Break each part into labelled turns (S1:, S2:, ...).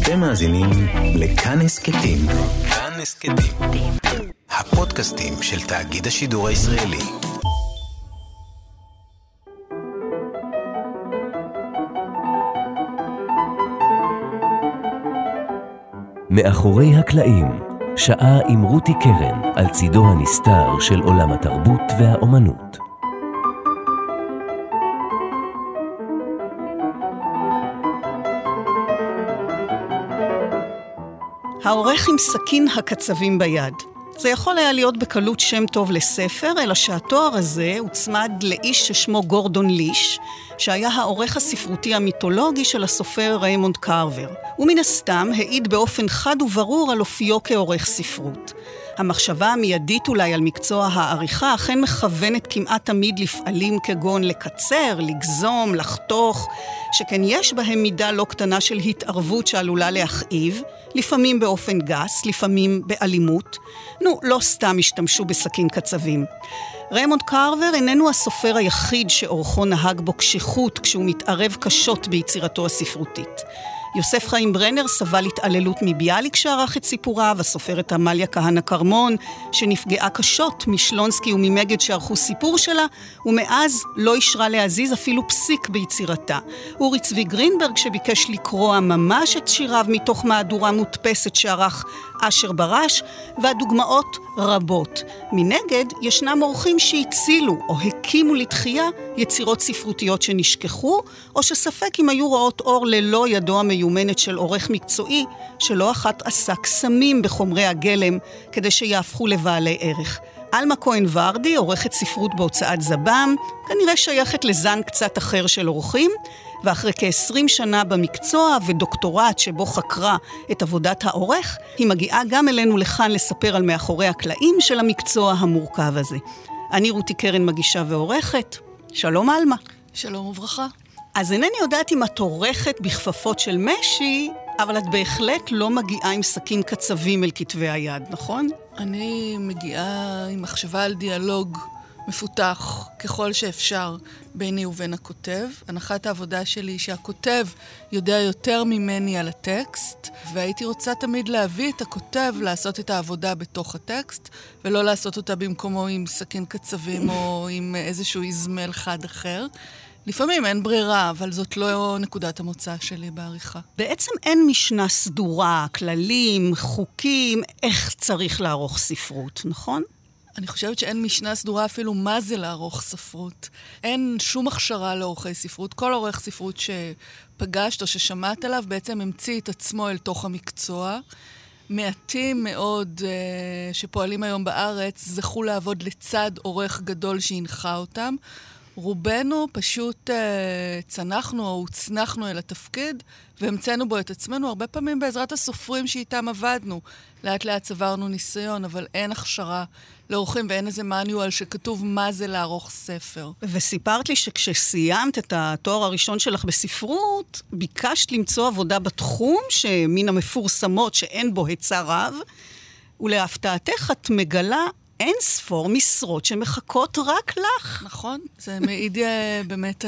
S1: אתם מאזינים לכאן הסכתים. כאן הסכתים. הפודקאסטים של תאגיד השידור הישראלי. מאחורי הקלעים, שעה עם רותי קרן על צידו הנסתר של עולם התרבות והאומנות.
S2: העורך עם סכין הקצבים ביד. זה יכול היה להיות בקלות שם טוב לספר, אלא שהתואר הזה הוצמד לאיש ששמו גורדון ליש, שהיה העורך הספרותי המיתולוגי של הסופר ריימונד קרבר. ומן הסתם העיד באופן חד וברור על אופיו כעורך ספרות. המחשבה המיידית אולי על מקצוע העריכה אכן מכוונת כמעט תמיד לפעלים כגון לקצר, לגזום, לחתוך, שכן יש בהם מידה לא קטנה של התערבות שעלולה להכאיב, לפעמים באופן גס, לפעמים באלימות. לא סתם השתמשו בסכין קצבים. ריימונד קרבר איננו הסופר היחיד שאורחו נהג בו קשיחות כשהוא מתערב קשות ביצירתו הספרותית. יוסף חיים ברנר סבל התעללות מביאליק שערך את סיפוריו, הסופרת עמליה כהנא כרמון, שנפגעה קשות משלונסקי וממגד שערכו סיפור שלה, ומאז לא אישרה להזיז אפילו פסיק ביצירתה. אורי צבי גרינברג שביקש לקרוא ממש את שיריו מתוך מהדורה מודפסת שערך אשר ברש, והדוגמאות רבות. מנגד, ישנם אורחים שהצילו או הקימו לתחייה יצירות ספרותיות שנשכחו, או שספק אם היו רואות אור ללא ידו המיומנת של עורך מקצועי, שלא אחת עשה קסמים בחומרי הגלם כדי שיהפכו לבעלי ערך. אלמה כהן ורדי, עורכת ספרות בהוצאת זב"ם, כנראה שייכת לזן קצת אחר של אורחים, ואחרי כ-20 שנה במקצוע ודוקטורט שבו חקרה את עבודת העורך, היא מגיעה גם אלינו לכאן לספר על מאחורי הקלעים של המקצוע המורכב הזה. אני רותי קרן, מגישה ועורכת. שלום אלמה.
S3: שלום וברכה.
S2: אז אינני יודעת אם את עורכת בכפפות של משי, אבל את בהחלט לא מגיעה עם סכין קצבים אל כתבי היד, נכון?
S3: אני מגיעה עם מחשבה על דיאלוג מפותח ככל שאפשר ביני ובין הכותב. הנחת העבודה שלי היא שהכותב יודע יותר ממני על הטקסט, והייתי רוצה תמיד להביא את הכותב לעשות את העבודה בתוך הטקסט, ולא לעשות אותה במקומו עם סכין קצבים או עם איזשהו איזמל חד אחר. לפעמים אין ברירה, אבל זאת לא נקודת המוצא שלי בעריכה.
S2: בעצם אין משנה סדורה, כללים, חוקים, איך צריך לערוך ספרות, נכון?
S3: אני חושבת שאין משנה סדורה אפילו מה זה לערוך ספרות. אין שום הכשרה לעורכי ספרות. כל עורך ספרות שפגשת או ששמעת עליו בעצם המציא את עצמו אל תוך המקצוע. מעטים מאוד שפועלים היום בארץ זכו לעבוד לצד עורך גדול שהנחה אותם. רובנו פשוט צנחנו או הוצנחנו אל התפקיד והמצאנו בו את עצמנו, הרבה פעמים בעזרת הסופרים שאיתם עבדנו. לאט לאט צברנו ניסיון, אבל אין הכשרה לעורכים ואין איזה מניואל שכתוב מה זה לערוך ספר.
S2: וסיפרת לי שכשסיימת את התואר הראשון שלך בספרות, ביקשת למצוא עבודה בתחום שמן המפורסמות שאין בו היצע רב, ולהפתעתך את מגלה אין ספור משרות שמחכות רק לך.
S3: נכון, זה מעיד באמת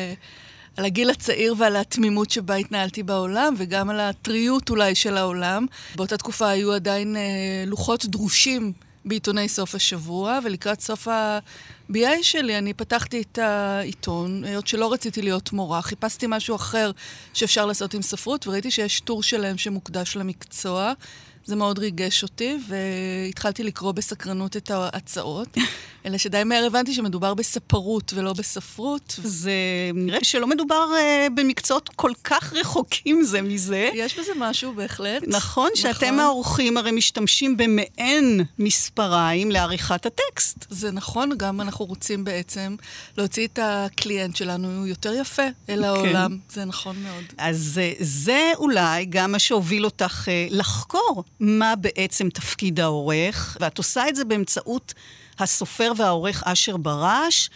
S3: על הגיל הצעיר ועל התמימות שבה התנהלתי בעולם, וגם על הטריות אולי של העולם. באותה תקופה היו עדיין לוחות דרושים בעיתוני סוף השבוע, ולקראת סוף ה-BA שלי אני פתחתי את העיתון, היות שלא רציתי להיות מורה, חיפשתי משהו אחר שאפשר לעשות עם ספרות, וראיתי שיש טור שלהם שמוקדש למקצוע, זה מאוד ריגש אותי, והתחלתי לקרוא בסקרנות את ההצעות, אלא שדי מהר הבנתי שמדובר בספרות ולא בספרות.
S2: זה נראה שלא מדובר במקצועות כל כך רחוקים זה מזה.
S3: יש בזה משהו בהחלט.
S2: נכון, שאתם העורכים הרי משתמשים במעין מספריים לעריכת הטקסט.
S3: זה נכון, גם אנחנו רוצים בעצם להוציא את הקליינט שלנו יותר יפה אל העולם. זה נכון מאוד.
S2: אז זה אולי גם מה שהוביל אותך לחקור מה בעצם תפקיד העורך, ואת עושה את זה באמצעות הסופר והעורך אשר ברש.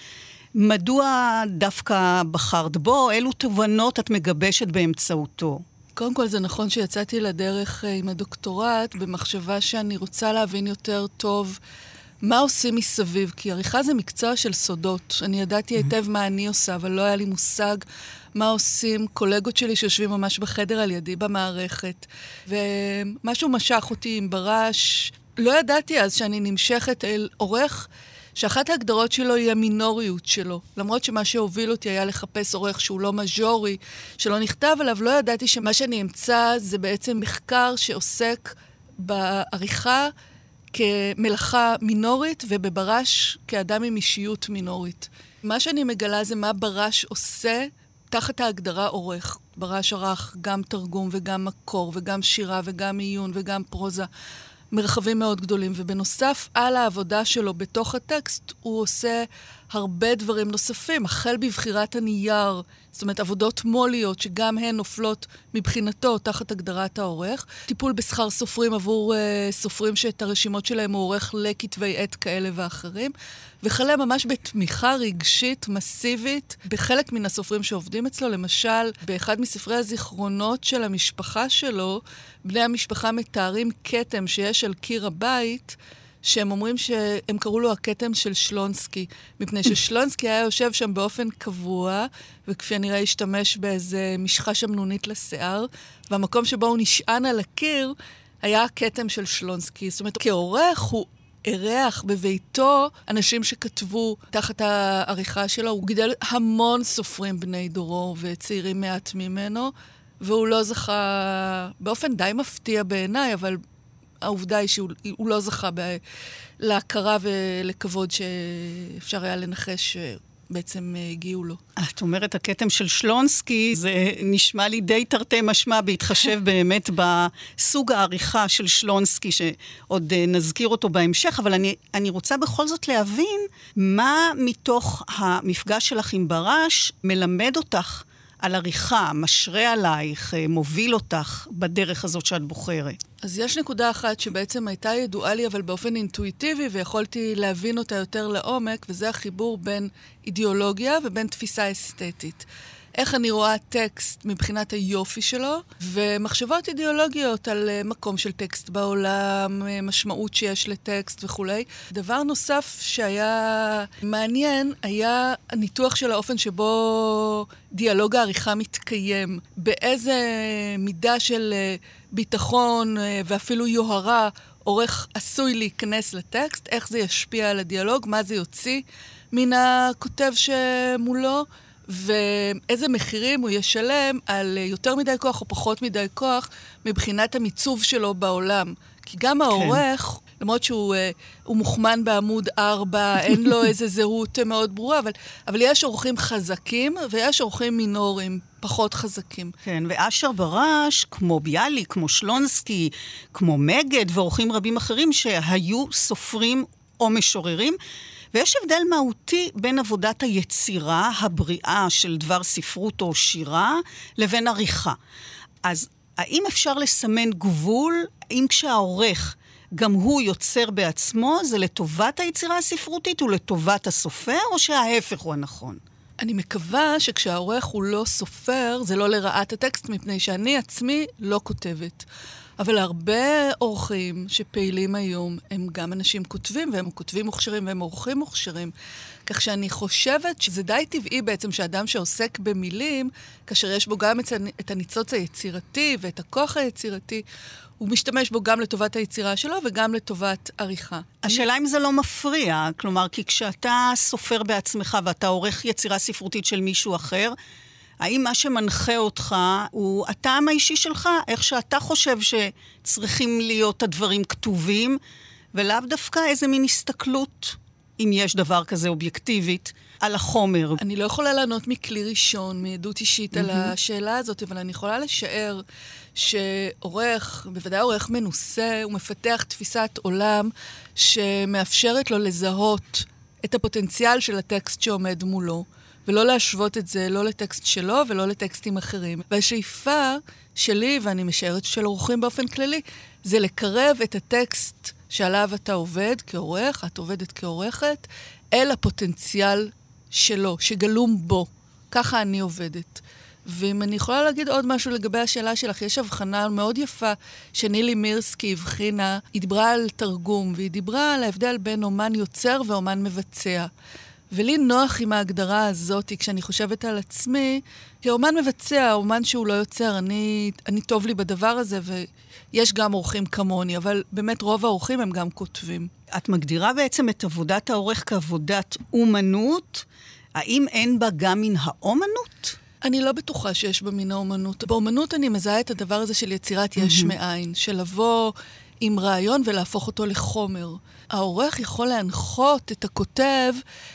S2: מדוע דווקא בחרת בו? אילו תובנות את מגבשת באמצעותו?
S3: קודם כל זה נכון שיצאתי לדרך עם הדוקטורט במחשבה שאני רוצה להבין יותר טוב מה עושים מסביב, כי עריכה זה מקצוע של סודות. אני ידעתי היטב מה אני עושה, אבל לא היה לי מושג מה עושים קולגות שלי שיושבים ממש בחדר על ידי במערכת. ומשהו משך אותי עם ברש. לא ידעתי אז שאני נמשכת אל עורך שאחת ההגדרות שלו היא המינוריות שלו. למרות שמה שהוביל אותי היה לחפש עורך שהוא לא מז'ורי, שלא נכתב עליו, לא ידעתי שמה שאני אמצא זה בעצם מחקר שעוסק בעריכה כמלאכה מינורית ובברש כאדם עם אישיות מינורית. מה שאני מגלה זה מה ברש עושה תחת ההגדרה עורך. ברש ערך גם תרגום וגם מקור וגם שירה וגם עיון וגם פרוזה. מרחבים מאוד גדולים, ובנוסף על העבודה שלו בתוך הטקסט, הוא עושה הרבה דברים נוספים, החל בבחירת הנייר, זאת אומרת, עבודות מוליות, שגם הן נופלות מבחינתו תחת הגדרת העורך, טיפול בשכר סופרים עבור סופרים שאת הרשימות שלהם הוא עורך לכתבי עת כאלה ואחרים, וחלה ממש בתמיכה רגשית מסיבית בחלק מן הסופרים שעובדים אצלו, למשל, באחד מספרי הזיכרונות של המשפחה שלו, בני המשפחה מתארים כתם שיש על קיר הבית, שהם אומרים שהם קראו לו הכתם של שלונסקי, מפני ששלונסקי היה יושב שם באופן קבוע, וכפי הנראה השתמש באיזה משחה שמנונית לשיער, והמקום שבו הוא נשען על הקיר היה הכתם של שלונסקי. זאת אומרת, כעורך הוא אירח בביתו אנשים שכתבו תחת העריכה שלו, הוא גידל המון סופרים בני דורו וצעירים מעט ממנו, והוא לא זכה, באופן די מפתיע בעיניי, אבל העובדה היא שהוא לא זכה להכרה ולכבוד שאפשר היה לנחש שבעצם הגיעו לו.
S2: את אומרת, הכתם של שלונסקי, זה נשמע לי די תרתי משמע, בהתחשב באמת בסוג העריכה של שלונסקי, שעוד נזכיר אותו בהמשך, אבל אני רוצה בכל זאת להבין מה מתוך המפגש שלך עם ברש מלמד אותך על עריכה, משרה עלייך, מוביל אותך בדרך הזאת שאת בוחרת.
S3: אז יש נקודה אחת שבעצם הייתה ידועה לי, אבל באופן אינטואיטיבי, ויכולתי להבין אותה יותר לעומק, וזה החיבור בין אידיאולוגיה ובין תפיסה אסתטית. איך אני רואה טקסט מבחינת היופי שלו, ומחשבות אידיאולוגיות על מקום של טקסט בעולם, משמעות שיש לטקסט וכו'. דבר נוסף שהיה מעניין היה הניתוח של האופן שבו דיאלוג העריכה מתקיים, באיזה מידה של ביטחון ואפילו יוהרה עורך עשוי להיכנס לטקסט, איך זה ישפיע על הדיאלוג, מה זה יוציא מן הכותב שמולו, ואיזה מחירים הוא ישלם על יותר מדי כוח או פחות מדי כוח מבחינת המיצוב שלו בעולם. כי גם העורך, למרות שהוא מוכמן בעמוד 4, אין לו איזו זהות מאוד ברורה, אבל יש עורכים חזקים ויש עורכים מינוריים, פחות חזקים.
S2: כן, ואשר ברש, כמו ביאליק, כמו שלונסקי, כמו מגד ועורכים רבים אחרים שהיו סופרים או משוררים, ויש הבדל מהותי בין עבודת היצירה, הבריאה של דבר ספרות או שירה, לבין עריכה. אז האם אפשר לסמן גבול, אם כשהעורך גם הוא יוצר בעצמו, זה לטובת היצירה הספרותית ולטובת הסופר, או שההפך הוא הנכון?
S3: אני מקווה שכשהעורך הוא לא סופר, זה לא לרעת הטקסט, מפני שאני עצמי לא כותבת. אבל הרבה עורכים שפעילים היום הם גם אנשים כותבים, והם כותבים מוכשרים והם עורכים מוכשרים. כך שאני חושבת שזה די טבעי בעצם שאדם שעוסק במילים, כאשר יש בו גם את הניצוץ היצירתי ואת הכוח היצירתי, הוא משתמש בו גם לטובת היצירה שלו וגם לטובת עריכה.
S2: השאלה אם זה לא מפריע, כלומר, כי כשאתה סופר בעצמך ואתה עורך יצירה ספרותית של מישהו אחר, האם מה שמנחה אותך הוא הטעם האישי שלך? איך שאתה חושב שצריכים להיות הדברים כתובים, ולאו דווקא איזה מין הסתכלות, אם יש דבר כזה אובייקטיבית, על החומר.
S3: אני לא יכולה לענות מכלי ראשון, מעדות אישית על השאלה הזאת, אבל אני יכולה לשער שעורך, בוודאי עורך מנוסה, הוא מפתח תפיסת עולם שמאפשרת לו לזהות את הפוטנציאל של הטקסט שעומד מולו. ולא להשוות את זה, לא לטקסט שלו ולא לטקסטים אחרים. והשאיפה שלי, ואני משערת של עורכים באופן כללי, זה לקרב את הטקסט שעליו אתה עובד כעורך, את עובדת כעורכת, אל הפוטנציאל שלו, שגלום בו. ככה אני עובדת. ואם אני יכולה להגיד עוד משהו לגבי השאלה שלך, יש הבחנה מאוד יפה שנילי מירסקי הבחינה, היא דיברה על תרגום, והיא דיברה על ההבדל בין אומן יוצר ואומן מבצע. ולי נוח עם ההגדרה הזאת, כשאני חושבת על עצמי, כאומן מבצע, אומן שהוא לא יוצר, אני טוב לי בדבר הזה, ויש גם עורכים כמוני, אבל באמת רוב העורכים הם גם כותבים.
S2: את מגדירה בעצם את עבודת העורך כעבודת אומנות, האם אין בה גם מן האומנות?
S3: אני לא בטוחה שיש בה מן האומנות. באומנות אני מזהה את הדבר הזה של יצירת יש מאין, של לבוא עם רעיון ולהפוך אותו לחומר. העורך יכול להנחות את הכותב,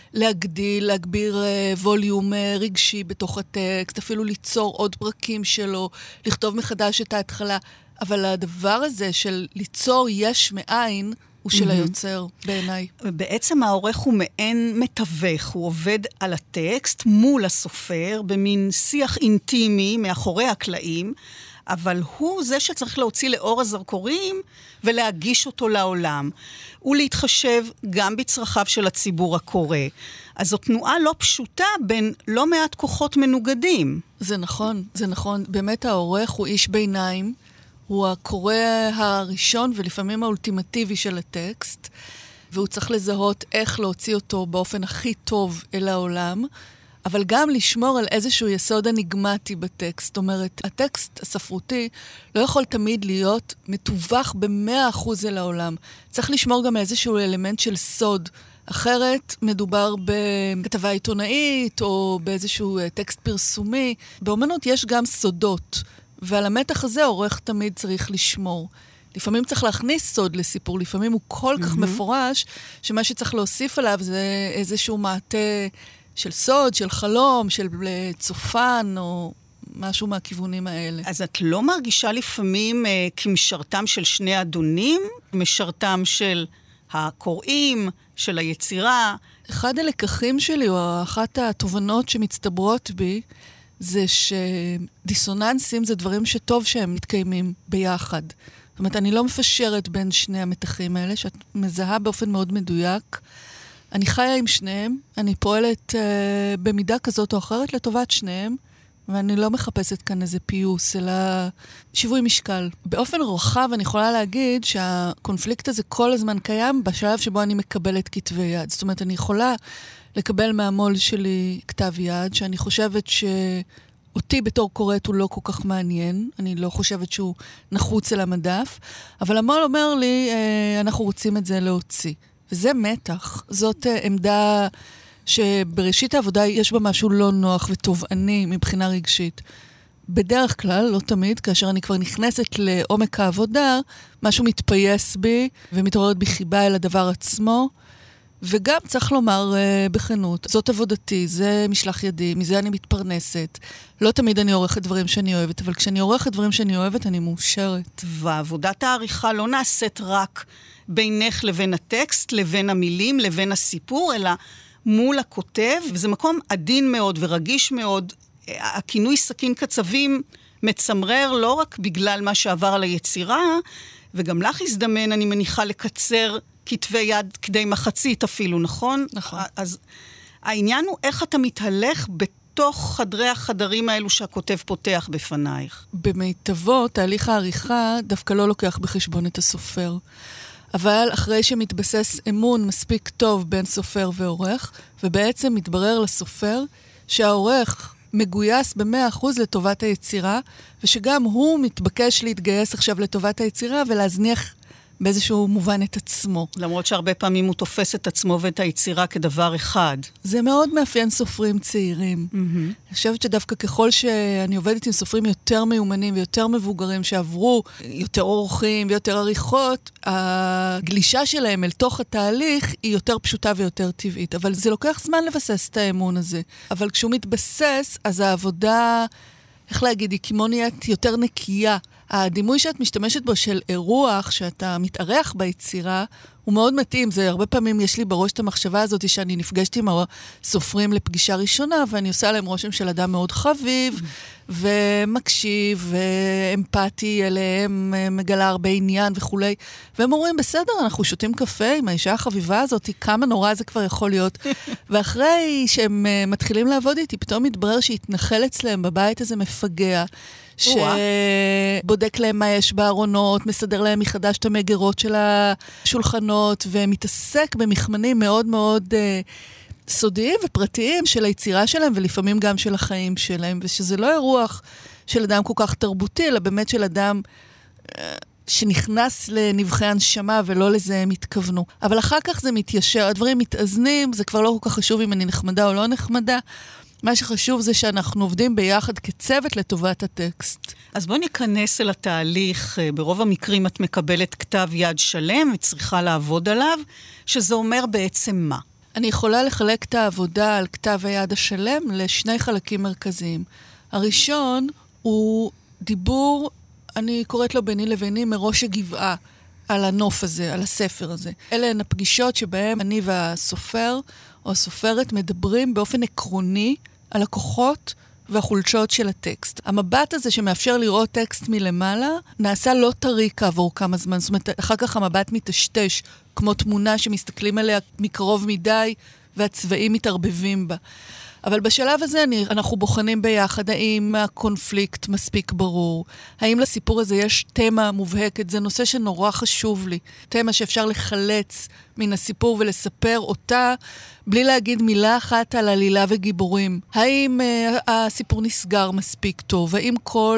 S3: להגביר ווליום רגשי בתוך הטקסט, אפילו ליצור עוד פרקים שלו, לכתוב מחדש את ההתחלה. אבל הדבר הזה של ליצור יש מאין, הוא של היוצר, בעיניי.
S2: בעצם העורך הוא מעין מתווך, הוא עובד על הטקסט מול הסופר, במין שיח אינטימי מאחורי הקלעים, אבל הוא זה שצריך להוציא לאור הזרקורים ולהגיש אותו לעולם. ולהתחשב גם בצרכיו של הציבור הקורא. אז זו תנועה לא פשוטה בין לא מעט כוחות מנוגדים.
S3: זה נכון, זה נכון. באמת העורך הוא איש ביניים, הוא הקורא הראשון ולפעמים האולטימטיבי של הטקסט, והוא צריך לזהות איך להוציא אותו באופן הכי טוב אל העולם, אבל גם לשמור על איזשהו יסוד אניגמטי בטקסט. זאת אומרת, הטקסט הספרותי לא יכול תמיד להיות מתווך ב100% אל העולם. צריך לשמור גם איזשהו אלמנט של סוד. אחרת מדובר בכתבה עיתונאית או באיזשהו טקסט פרסומי. באומנות יש גם סודות, ועל המתח הזה עורך תמיד צריך לשמור. לפעמים צריך להכניס סוד לסיפור, לפעמים הוא כל כך מפורש, שמה שצריך להוסיף עליו זה איזשהו מעטה של סוד, של חלום, של צופן, או משהו מהכיוונים האלה.
S2: אז את לא מרגישה לפעמים כמשרתם של שני אדונים, משרתם של הקוראים, של היצירה?
S3: אחד הלקחים שלי, או אחת התובנות שמצטברות בי, זה שדיסוננסים זה דברים שטוב שהם מתקיימים ביחד. זאת אומרת, אני לא מפשרת בין שני המתחים האלה, שאת מזהה באופן מאוד מדויק. אני חיה עם שניהם, אני פועלת במידה כזאת או אחרת לטובת שניהם, ואני לא מחפשת כאן איזה פיוס, אלא שיווי משקל. באופן רחב אני יכולה להגיד שהקונפליקט הזה כל הזמן קיים בשלב שבו אני מקבלת כתבי יד. זאת אומרת, אני יכולה לקבל מהמול שלי כתב יד, שאני חושבת שאותי בתור קוראת הוא לא כל כך מעניין, אני לא חושבת שהוא נחוץ על המדף, אבל המול אומר לי, אנחנו רוצים את זה להוציא. וזה מתח. זאת עמדה שבראשית העבודה יש בה משהו לא נוח ותובעני מבחינה רגשית. בדרך כלל, לא תמיד, כאשר אני כבר נכנסת לעומק העבודה, משהו מתפייס בי ומתעוררת בי חיבה אל הדבר עצמו, וגם צריך לומר בכנות, זאת עבודתי, זה משלח ידי, מזה אני מתפרנסת. לא תמיד אני עורכת דברים שאני אוהבת, אבל כשאני עורכת דברים שאני אוהבת, אני מאושרת.
S2: ועבודת העריכה לא נעשית רק בינך לבין הטקסט, לבין המילים, לבין הסיפור, אלא מול הכותב, וזה מקום עדין מאוד ורגיש מאוד. הכינוי סכין קצבים מצמרר לא רק בגלל מה שעבר על היצירה, וגם לך הזדמן, אני מניחה, לקצר כתבי יד כדי מחצית אפילו, נכון?
S3: נכון.
S2: אז העניין הוא איך אתה מתהלך בתוך חדרי החדרים האלו שהכותב פותח בפנייך.
S3: במיטבו, תהליך העריכה דווקא לא לוקח בחשבון את הסופר. אבל אחרי שמתבסס אמון מספיק טוב בין סופר ועורך, ובעצם מתברר לסופר שהעורך מגויס ב100% לטובת היצירה, ושגם הוא מתבקש להתגייס עכשיו לטובת היצירה ולהזניח באיזשהו מובן את עצמו.
S2: למרות שהרבה פעמים הוא תופס את עצמו ואת היצירה כדבר אחד.
S3: זה מאוד מאפיין סופרים צעירים. אני חושבת שדווקא ככל שאני עובדת עם סופרים יותר מיומנים ויותר מבוגרים שעברו יותר אורחים ויותר עריכות, הגלישה שלהם אל תוך התהליך היא יותר פשוטה ויותר טבעית. אבל זה לוקח זמן לבסס את האמון הזה. אבל כשהוא מתבסס, אז העבודה, איך להגיד, היא כמו נהיית יותר נקייה. הדימוי שאת משתמשת בו של אירוח, שאתה מתארח ביצירה, הוא מאוד מתאים. זה הרבה פעמים יש לי בראש את המחשבה הזאת שאני נפגשתי עם הסופרים לפגישה ראשונה, ואני עושה להם רושם של אדם מאוד חביב, ומקשיב, ואמפתי אליהם, מגלה הרבה עניין וכו'. והם אומרים, בסדר, אנחנו שותים קפה עם האישה החביבה הזאת, כמה נורא זה כבר יכול להיות. ואחרי שהם מתחילים לעבוד איתי, פתאום מתברר שהתנחל אצלם בבית הזה מפגע, שבודק להם מה יש בארונות, מסדר להם מחדש את המגרות של השולחנות, ומתעסק במכמנים מאוד מאוד סודיים ופרטיים של היצירה שלהם, ולפעמים גם של החיים שלהם, ושזה לא אירוח של אדם כל כך תרבותי, אלא באמת של אדם שנכנס לנבחי הנשמה, ולא לזה הם התכוונו. אבל אחר כך זה מתיישר, הדברים מתאזנים, זה כבר לא כל כך חשוב אם אני נחמדה או לא נחמדה. מה שחשוב זה שאנחנו עובדים ביחד כצוות לטובת הטקסט.
S2: אז בוא ניכנס אל התהליך. ברוב המקרים את מקבלת כתב יד שלם וצריכה לעבוד עליו, שזה אומר בעצם מה?
S3: אני יכולה לחלק את העבודה על כתב היד השלם לשני חלקים מרכזיים. הראשון הוא דיבור, אני קוראת לו ביני לביני, מראש הגבעה על הנוף הזה, על הספר הזה. אלה הן הפגישות שבהם אני והסופר או הסופרת מדברים באופן עקרוני על הכוחות והחולשות של הטקסט. המבט הזה שמאפשר לראות טקסט מלמעלה, נעשה לא טרי כעבור כמה זמן. זאת אומרת, אחר כך המבט מתשתש, כמו תמונה שמסתכלים עליה מקרוב מדי, והצבעים מתערבבים בה. אבל בשלב הזה אנחנו בוחנים ביחד, האם הקונפליקט מספיק ברור, האם לסיפור הזה יש תמה מובהקת, זה נושא שנורא חשוב לי, תמה שאפשר לחלץ מן הסיפור ולספר אותה, בלי להגיד מילה אחת על עלילה וגיבורים. האם הסיפור נסגר מספיק טוב, האם כל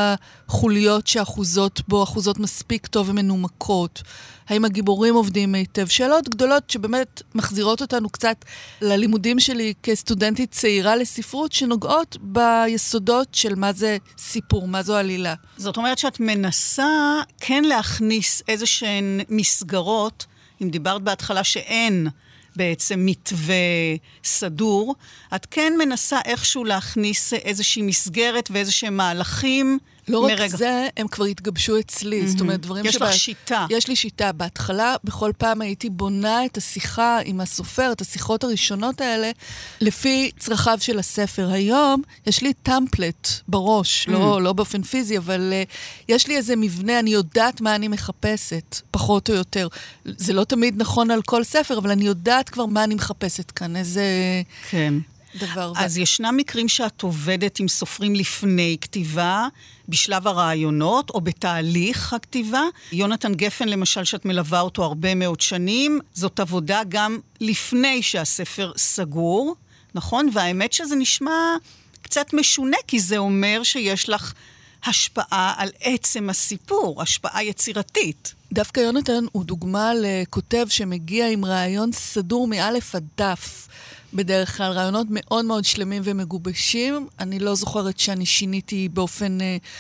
S3: החוליות שאחוזות בו, אחוזות מספיק טוב ומנומקות, האם הגיבורים עובדים היטב? שאלות גדולות שבאמת מחזירות אותנו קצת ללימודים שלי כסטודנטית צעירה לספרות, שנוגעות ביסודות של מה זה סיפור, מה זו עלילה.
S2: זאת אומרת שאת מנסה כן להכניס איזשהן מסגרות, אם דיברת בהתחלה שאין בעצם מתווה סדור, את כן מנסה איכשהו להכניס איזושהי מסגרת ואיזשהם מהלכים.
S3: לא רק זה, הם כבר התגבשו אצלי. זאת אומרת, דברים
S2: יש לך שיטה.
S3: יש לי שיטה. בהתחלה, בכל פעם הייתי בונה את השיחה עם הסופר, את השיחות הראשונות האלה, לפי צרכיו של הספר. היום יש לי טמפלט בראש, לא באופן פיזי, אבל יש לי איזה מבנה, אני יודעת מה אני מחפשת, פחות או יותר. זה לא תמיד נכון על כל ספר, אבל אני יודעת כבר מה אני מחפשת כאן, איזה
S2: כן.
S3: דבר.
S2: אז ישנם מקרים שאת עובדת עם סופרים לפני כתיבה, בשלב הרעיונות או בתהליך הכתיבה. יונתן גפן למשל, שאת מלווה אותו הרבה מאוד שנים, זאת עבודה גם לפני שהספר סגור, נכון? והאמת שזה נשמע קצת משונה, כי זה אומר שיש לך השפעה על עצם הסיפור, השפעה יצירתית.
S3: דווקא יונתן הוא דוגמה לכותב שמגיע עם רעיון סדור מאלף עד דף. בדרך כלל רעיונות מאוד מאוד שלמים ומגובשים. אני לא זוכרת שאני שיניתי באופן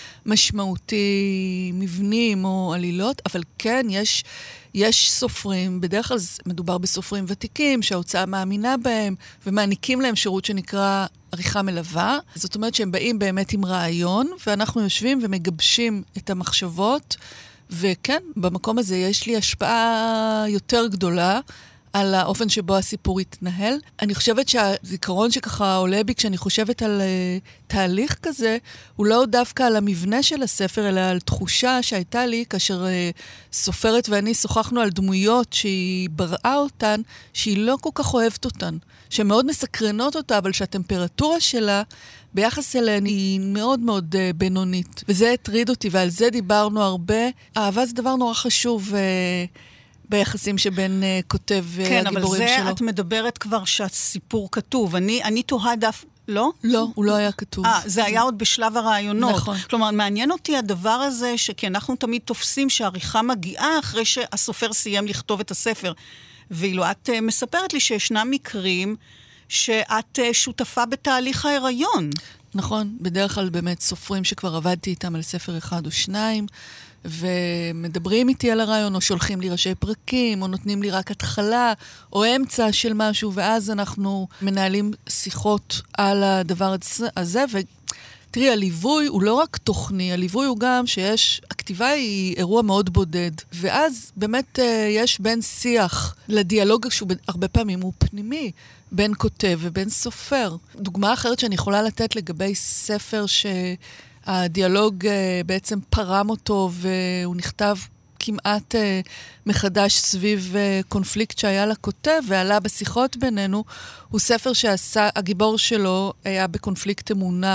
S3: משמעותי מבנים או עלילות, אבל כן, יש סופרים, בדרך כלל מדובר בסופרים ותיקים, שההוצאה מאמינה בהם, ומעניקים להם שירות שנקרא עריכה מלווה. זאת אומרת שהם באים באמת עם רעיון, ואנחנו יושבים ומגבשים את המחשבות, וכן, במקום הזה יש לי השפעה יותר גדולה, על האופן שבו הסיפור יתנהל. אני חושבת שהזיכרון שככה עולה בי כשאני חושבת על תהליך כזה, הוא לא דווקא על המבנה של הספר, אלא על תחושה שהייתה לי כאשר סופרת ואני שוחחנו על דמויות שהיא בראה אותן, שהיא לא כל כך אוהבת אותן, שמאוד מסקרנות אותה, אבל שהטמפרטורה שלה ביחס אליהן היא מאוד מאוד בינונית. וזה הטריד אותי, ועל זה דיברנו הרבה. אהבה זה דבר נורא חשוב ביחסים שבין כותב והגיבורים שלו.
S2: כן, אבל זה את מדברת כבר שהסיפור כתוב. אני תוהה דף, לא?
S3: לא, הוא לא היה כתוב.
S2: זה היה עוד בשלב הרעיונות.
S3: נכון.
S2: כלומר, מעניין אותי הדבר הזה, שכי אנחנו תמיד תופסים שהעריכה מגיעה אחרי שהסופר סיים לכתוב את הספר. ואילו את מספרת לי שישנם מקרים שאת שותפה בתהליך ההיריון.
S3: נכון, בדרך כלל באמת סופרים שכבר עבדתי איתם על ספר אחד או שניים, ומדברים איתי על הרעיון, או שולחים לי ראשי פרקים, או נותנים לי רק התחלה, או אמצע של משהו, ואז אנחנו מנהלים שיחות על הדבר הזה, ותראי, הליווי הוא לא רק תוכני, הליווי הוא גם שיש, הכתיבה היא אירוע מאוד בודד, ואז באמת יש בין שיח לדיאלוג, שהוא הרבה פעמים הוא פנימי, בין כותב ובין סופר. דוגמה אחרת שאני יכולה לתת לגבי ספר שהדיאלוג בעצם פרם אותו, והוא נכתב כמעט מחדש סביב קונפליקט שהיה לכותב, ועלה בשיחות בינינו, הוא ספר שהגיבור שלו היה בקונפליקט אמונה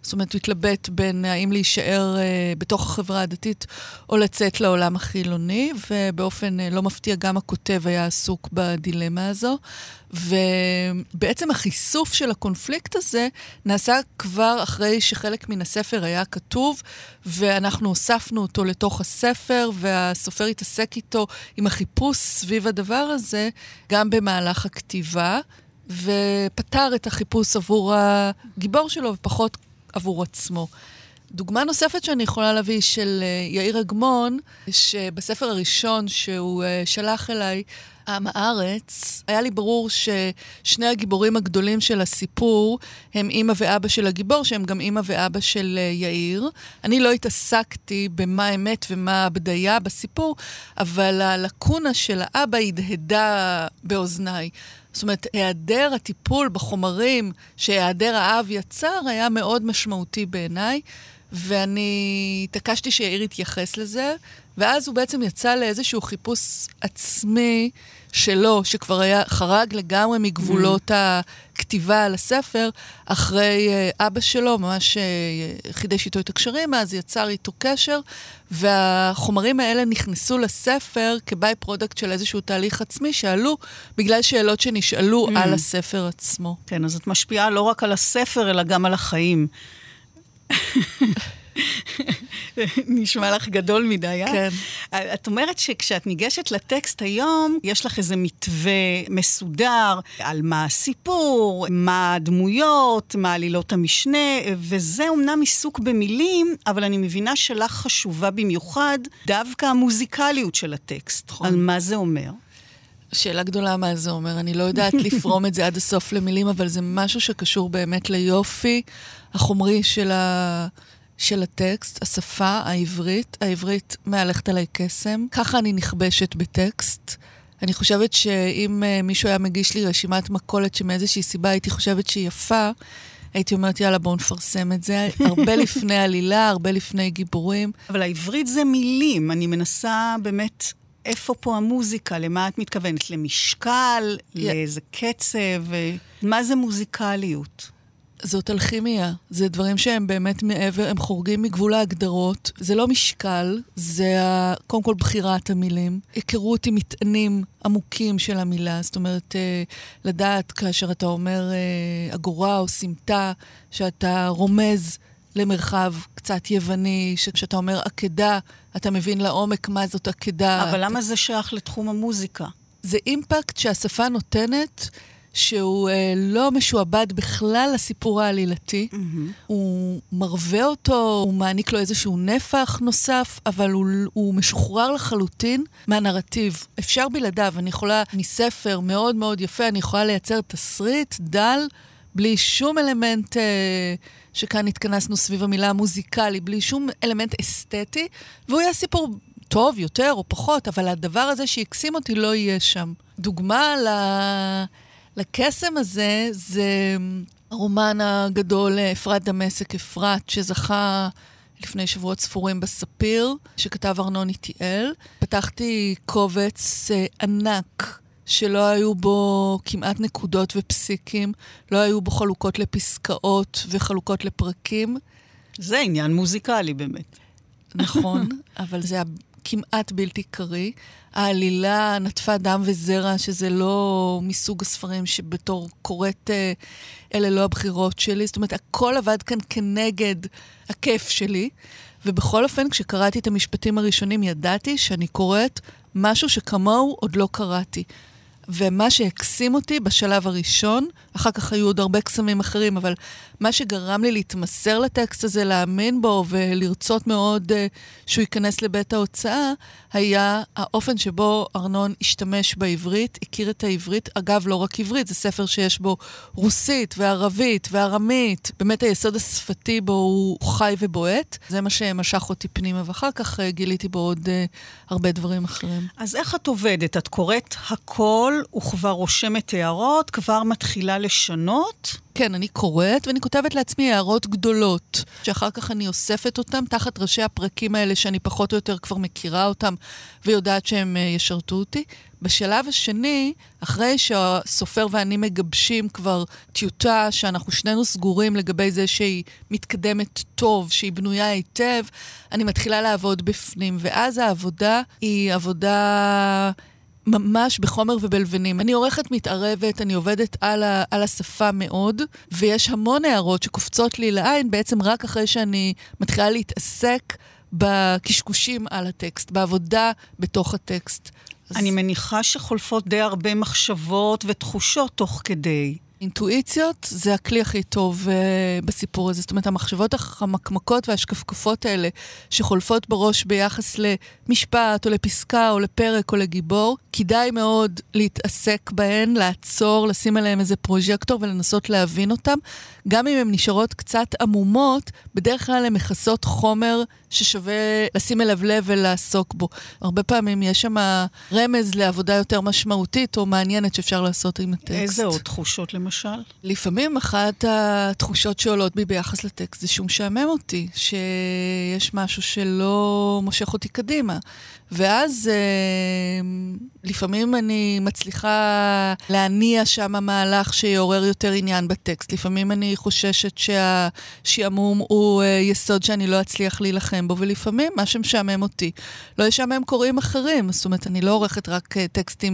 S3: זאת אומרת, הוא התלבט בין האם להישאר בתוך החברה הדתית או לצאת לעולם החילוני, ובאופן לא מפתיע גם הכותב היה עסוק בדילמה הזו. ובעצם החיסוף של הקונפליקט הזה נעשה כבר אחרי שחלק מן הספר היה כתוב, ואנחנו הוספנו אותו לתוך הספר, והסופר התעסק איתו עם החיפוש סביב הדבר הזה, גם במהלך הכתיבה, ופתר את החיפוש עבור הגיבור שלו ופחות עבור עצמו. דוגמה נוספת שאני יכולה להביא של יאיר אגמון, שבספר הראשון שהוא שלח אליי, עם הארץ, היה לי ברור ששני הגיבורים הגדולים של הסיפור הם אמא ואבא של הגיבור, שהם גם אמא ואבא של יאיר. אני לא התעסקתי במה אמת ומה הבדיה בסיפור, אבל הלקונה של האבא הדהדה באוזניי. זאת אומרת, היעדר הטיפול בחומרים שהיעדר האב יצר היה מאוד משמעותי בעיניי, ואני התעקשתי שיאיר יתייחס לזה, ואז הוא בעצם יצא לאיזשהו חיפוש עצמי שלו, שכבר היה חרג לגמרי מגבולות הכתיבה על הספר, אחרי אבא שלו, ממש חידש איתו את הקשרים, אז יצר איתו קשר, והחומרים האלה נכנסו לספר כביי פרודקט של איזשהו תהליך עצמי, שעלו בגלל שאלות שנשאלו על הספר עצמו.
S2: כן, אז את משפיעה לא רק על הספר, אלא גם על החיים. נשמע לך גדול מדי,
S3: כן.
S2: את אומרת שכשאת ניגשת לטקסט היום, יש לך איזה מתווה מסודר על מה הסיפור, מה הדמויות, מה עלילות המשנה, וזה אומנם עיסוק במילים, אבל אני מבינה שלך חשובה במיוחד דווקא המוזיקליות של הטקסט. על מה זה אומר?
S3: שאלה גדולה מה זה אומר. אני לא יודעת לפרום את זה עד הסוף למילים, אבל זה משהו שקשור באמת ליופי החומרי של הטקסט, השפה העברית. העברית מהלכת עליי קסם. ככה אני נכבשת בטקסט. אני חושבת שאם מישהו היה מגיש לי רשימת מכולת שמאיזושהי סיבה הייתי חושבת שהיא יפה, הייתי אומרת, יאללה, בואו נפרסם את זה. הרבה לפני עלילה, הרבה לפני גיבורים.
S2: אבל העברית זה מילים. אני מנסה באמת... איפה פה המוזיקה? למה את מתכוונת? למשקל? לאיזה קצב? מה זה מוזיקליות?
S3: זאת אלכימיה. זה דברים שהם באמת מעבר, הם חורגים מגבול ההגדרות. זה לא משקל, זה קודם כל בחירת המילים. היכרות עם מטענים עמוקים של המילה. זאת אומרת, לדעת כאשר אתה אומר אגורה או סמטה, שאתה רומז למרחב קצת יווני, שכשאתה אומר עקדה, אתה מבין לעומק מה זאת עקדה.
S2: אבל למה זה שייך לתחום המוזיקה?
S3: זה אימפקט שהשפה נותנת, שהוא לא משועבד בכלל לסיפור העלילתי. הוא מרווה אותו, הוא מעניק לו איזשהו נפח נוסף, אבל הוא משוחרר לחלוטין מהנרטיב. אפשר בלעדיו, אני יכולה מספר מאוד מאוד יפה, אני יכולה לייצר תסריט דל, בלי שום אלמנט שכאן התכנסנו סביב המילה המוזיקלי, בלי שום אלמנט אסתטי, והוא יהיה סיפור טוב יותר או פחות, אבל הדבר הזה שיקסים אותי לא יהיה שם. דוגמה לקסם הזה, זה הרומן הגדול אפרת דמשק אפרת, שזכה לפני שבועות ספורים בספיר, שכתב ארנון איטיאל. פתחתי קובץ ענק, שלא היו בו כמעט נקודות ופסיקים, לא היו בו חלוקות לפסקאות וחלוקות לפרקים.
S2: זה עניין מוזיקלי באמת.
S3: נכון, אבל זה כמעט בלתי קרי. העלילה נטפה דם וזרע, שזה לא מסוג הספרים שבתור קוראת אלה לא הבחירות שלי. זאת אומרת, הכל עבד כאן כנגד הכיף שלי, ובכל אופן, כשקראתי את המשפטים הראשונים, ידעתי שאני קוראת משהו שכמוהו עוד לא קראתי. ומה שהקסים אותי בשלב הראשון, אחר כך היו עוד הרבה קסמים אחרים, אבל מה שגרם לי להתמסר לטקסט הזה, להאמין בו ולרצות מאוד שהוא ייכנס לבית ההוצאה, היה האופן שבו ארנון השתמש בעברית, הכיר את העברית. אגב, לא רק עברית, זה ספר שיש בו רוסית וערבית וארמית. באמת היסוד השפתי בו הוא חי ובועט. זה מה שמשך אותי פנימה, ואחר כך גיליתי בו עוד הרבה דברים אחרים.
S2: אז איך את עובדת? את קוראת הכל הכל, וכבר רושמת הערות, כבר מתחילה לשנות.
S3: כן, אני קוראת ואני כותבת לעצמי הערות גדולות, שאחר כך אני אוספת אותם תחת ראשי הפרקים האלה שאני פחות או יותר כבר מכירה אותם ויודעת שהם ישרתו אותי. בשלב השני, אחרי שהסופר ואני מגבשים כבר טיוטה שאנחנו שנינו סגורים לגבי זה שהיא מתקדמת טוב, שהיא בנויה היטב, אני מתחילה לעבוד בפנים, ואז העבודה היא עבודה ממש בחומר ובלבנים. אני עורכת מתערבת, אני עובדת על השפה מאוד, ויש המון הערות שקופצות לי לעין, בעצם רק אחרי שאני מתחילה להתעסק בקשקושים על הטקסט, בעבודה בתוך הטקסט.
S2: אני מניחה שחולפות די הרבה מחשבות ותחושות תוך כדי.
S3: אינטואיציות זה הכלי הכי טוב בסיפור הזה. זאת אומרת, המחשבות המקמקות והשקפקפות האלה שחולפות בראש ביחס למשפט או לפסקה או לפרק או לגיבור, כדאי מאוד להתעסק בהן, לעצור, לשים עליהם איזה פרוז'קטור ולנסות להבין אותם. גם אם הן נשארות קצת עמומות, בדרך כלל הן מכסות חומר ששווה לשים אליו לב ולעסוק בו. הרבה פעמים יש שם רמז לעבודה יותר משמעותית או מעניינת שאפשר לעשות עם הטקסט.
S2: איזה עוד תחושות למשל?
S3: לפעמים אחת התחושות שעולות בי ביחס לטקסט זה שהוא משעמם אותי, שיש משהו שלא מושך אותי קדימה. ואז לפעמים אני מצליחה להניע שם מהלך שיעורר יותר עניין בטקסט. לפעמים אני חוששת שהשעמום הוא יסוד שאני לא אצליח להילחם בו, ולפעמים מה שמשעמם אותי לא ישעמם קוראים אחרים. זאת אומרת, אני לא עורכת רק טקסטים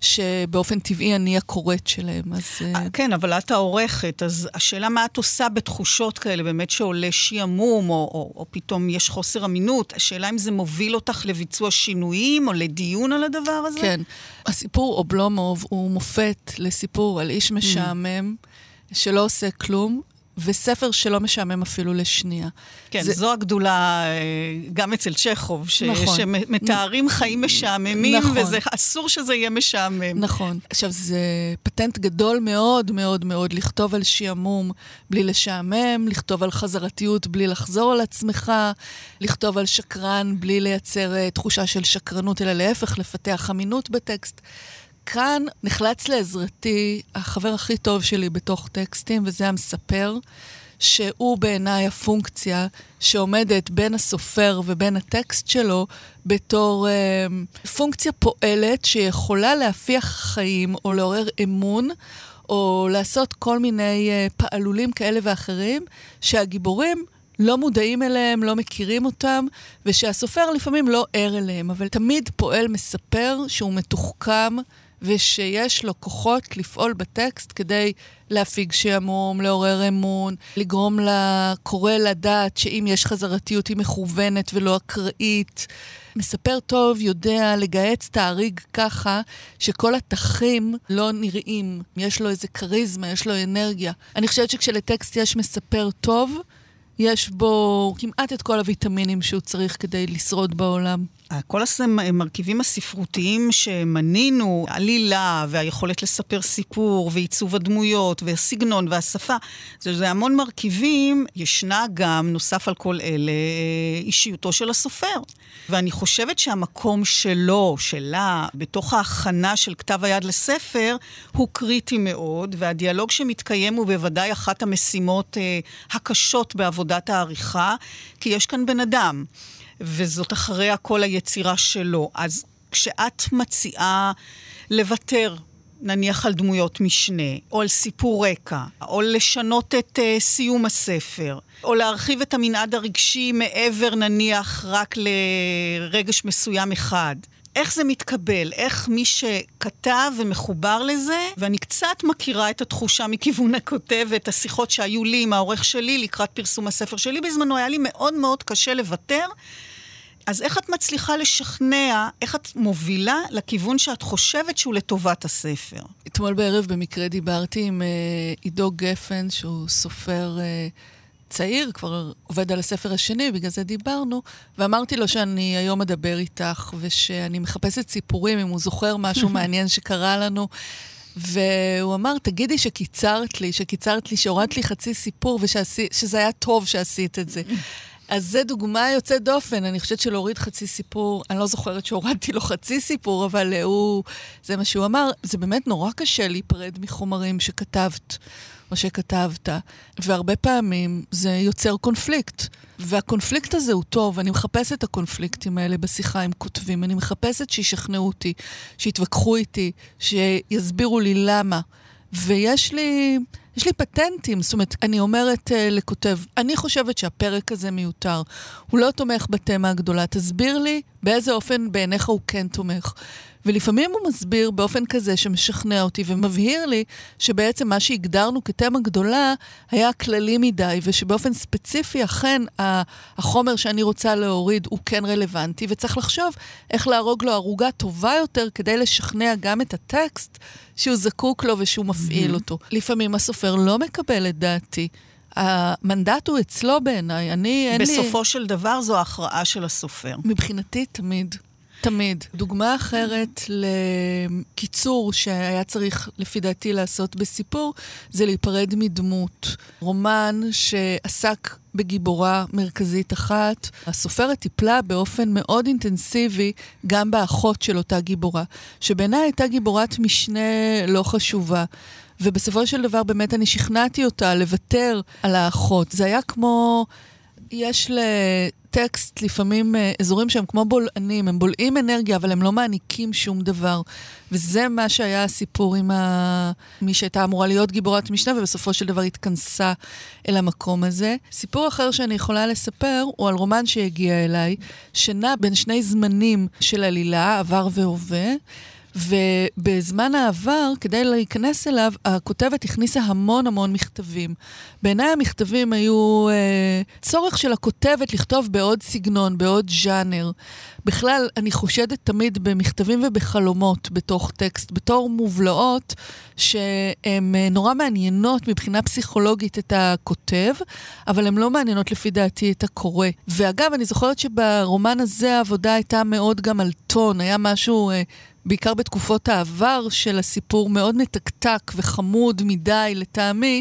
S3: שבאופן טבעי אני הקוראת שלהם. אז
S2: כן, אבל את העורכת, אז השאלה מה את עושה בתחושות כאלה, באמת שעולה שעמום, או פתאום יש חוסר אמינות, השאלה אם זה מוביל אותך לביצוע שינויים, או לדיון על הדבר הזה?
S3: כן. הסיפור אובלומוב הוא מופת לסיפור על איש משעמם, שלא עושה כלום, וספר שלא משעמם אפילו לשנייה.
S2: כן, זו הגדולה גם אצל צ'כוב, שמתארים חיים משעממים, וזה אסור שזה יהיה משעמם.
S3: נכון. עכשיו, זה פטנט גדול מאוד מאוד מאוד לכתוב על שעמום בלי לשעמם, לכתוב על חזרתיות בלי לחזור על עצמך, לכתוב על שקרן בלי לייצר תחושה של שקרנות, אלא להפך, לפתח אמינות בטקסט. כאן נחלץ לעזרתי החבר הכי טוב שלי בתוך טקסטים, וזה המספר, שהוא בעיניי הפונקציה שעומדת בין הסופר ובין הטקסט שלו, בתור פונקציה פועלת שיכולה להפיח חיים או לעורר אמון, או לעשות כל מיני פעלולים כאלה ואחרים, שהגיבורים לא מודעים אליהם, לא מכירים אותם, ושהסופר לפעמים לא ער אליהם, אבל תמיד פועל מספר שהוא מתוחכם, ושיש לו כוחות לפעול בטקסט כדי להפיג שעמום, לעורר אמון, לגרום לקורא לדעת שאם יש חזרתיות היא מכוונת ולא אקראית. מספר טוב יודע לגייץ תאריג ככה שכל התחים לא נראים. יש לו איזה קריזמה, יש לו אנרגיה. אני חושבת שכשלטקסט יש מספר טוב, יש בו כמעט את כל הוויטמינים שהוא צריך כדי לשרוד בעולם.
S2: כל המרכיבים הספרותיים שמנינו, עלילה והיכולת לספר סיפור ועיצוב הדמויות והסגנון והשפה, זה המון מרכיבים. ישנה גם, נוסף על כל אלה, אישיותו של הסופר. ואני חושבת שהמקום שלו, שלה, בתוך ההכנה של כתב היד לספר, הוא קריטי מאוד, והדיאלוג שמתקיים הוא בוודאי אחת המשימות הקשות בעבודת העריכה, כי יש כאן בן אדם. וזאת אחרי הכל היצירה שלו. אז כשאת מציעה לוותר, נניח על דמויות משנה, או על סיפור רקע, או לשנות את סיום הספר, או להרחיב את המנעד הרגשי מעבר נניח רק לרגש מסוים אחד, איך זה מתקבל? איך מי שכתב ומחובר לזה, ואני קצת מכירה את התחושה מכיוון הכותב, ואת השיחות שהיו לי עם העורך שלי לקראת פרסום הספר שלי, בזמנו היה לי מאוד מאוד קשה לוותר. אז איך את מצליחה לשכנע, איך את מובילה לכיוון שאת חושבת שהוא לטובת הספר?
S3: אתמול בערב במקרה דיברתי עם עידו גפן, שהוא סופר צעיר, כבר עובד על הספר השני, בגלל זה דיברנו, ואמרתי לו שאני היום אדבר איתך, ושאני מחפשת סיפורים, אם הוא זוכר משהו מעניין שקרה לנו, והוא אמר, תגידי שקיצרת לי, שהורדת לי חצי סיפור, ושזה היה טוב שעשית את זה. אז זה דוגמה יוצאת דופן. אני חושבת שלהוריד חצי סיפור, אני לא זוכרת שהורדתי לו חצי סיפור, אבל זה מה שהוא אמר. זה באמת נורא קשה להיפרד מחומרים שכתבת או שכתבת, והרבה פעמים זה יוצר קונפליקט. והקונפליקט הזה הוא טוב, אני מחפשת את הקונפליקטים האלה בשיחה עם כותבים, אני מחפשת שישכנעו אותי, שיתווכחו איתי, שיסבירו לי למה. ויש לי פטנטים, זאת אומרת, אני אומרת לכותב, אני חושבת שהפרק הזה מיותר, הוא לא תומך בתמה הגדולה, תסביר לי באיזה אופן בעיניך הוא כן תומך. ולפעמים הוא מסביר באופן כזה שמשכנע אותי ומבהיר לי שבעצם מה שהגדרנו כתמה גדולה היה כללי מדי, ושבאופן ספציפי אכן החומר שאני רוצה להוריד הוא כן רלוונטי, וצריך לחשוב איך להרוג לו ערוגה טובה יותר כדי לשכנע גם את הטקסט שהוא זקוק לו ושהוא מפעיל אותו. לפעמים הסופר לא מקבל את דעתי. המנדט הוא אצלו בעיניי.
S2: בסופו של דבר זו ההכרעה של הסופר.
S3: מבחינתי תמיד. תמיד. דוגמה אחרת לקיצור שהיה צריך לפי דעתי לעשות בסיפור, זה להיפרד מדמות. רומן שעסק בגיבורה מרכזית אחת. הסופרת טיפלה באופן מאוד אינטנסיבי גם באחות של אותה גיבורה, שבעיניי הייתה גיבורת משנה לא חשובה. ובסופו של דבר באמת אני שכנעתי אותה לוותר על האחות. זה היה כמו, יש לטקסט לפעמים אזורים שהם כמו בולענים, הם בולעים אנרגיה, אבל הם לא מעניקים שום דבר. וזה מה שהיה הסיפור עם מי שהייתה אמורה להיות גיבורת משנה, ובסופו של דבר התכנסה אל המקום הזה. סיפור אחר שאני יכולה לספר, הוא על רומן שהגיע אליי, שנע בין שני זמנים של עלילה, עבר והווה, ובזמן העבר, כדי להיכנס אליו, הכותבת הכניסה המון מכתבים. בעיניי המכתבים היו צורך של הכותבת לכתוב בעוד סגנון, בעוד ז'אנר. בכלל, אני חושדת תמיד במכתבים ובחלומות בתוך טקסט, בתור מובלעות שהן נורא מעניינות מבחינה פסיכולוגית את הכותב, אבל הן לא מעניינות לפי דעתי את הקורא. ואגב, אני זוכרת שברומן הזה העבודה הייתה מאוד גם על טון, היה משהו בעיקר בתקופות העבר של הסיפור מאוד מתקתק וחמוד מדי לטעמי,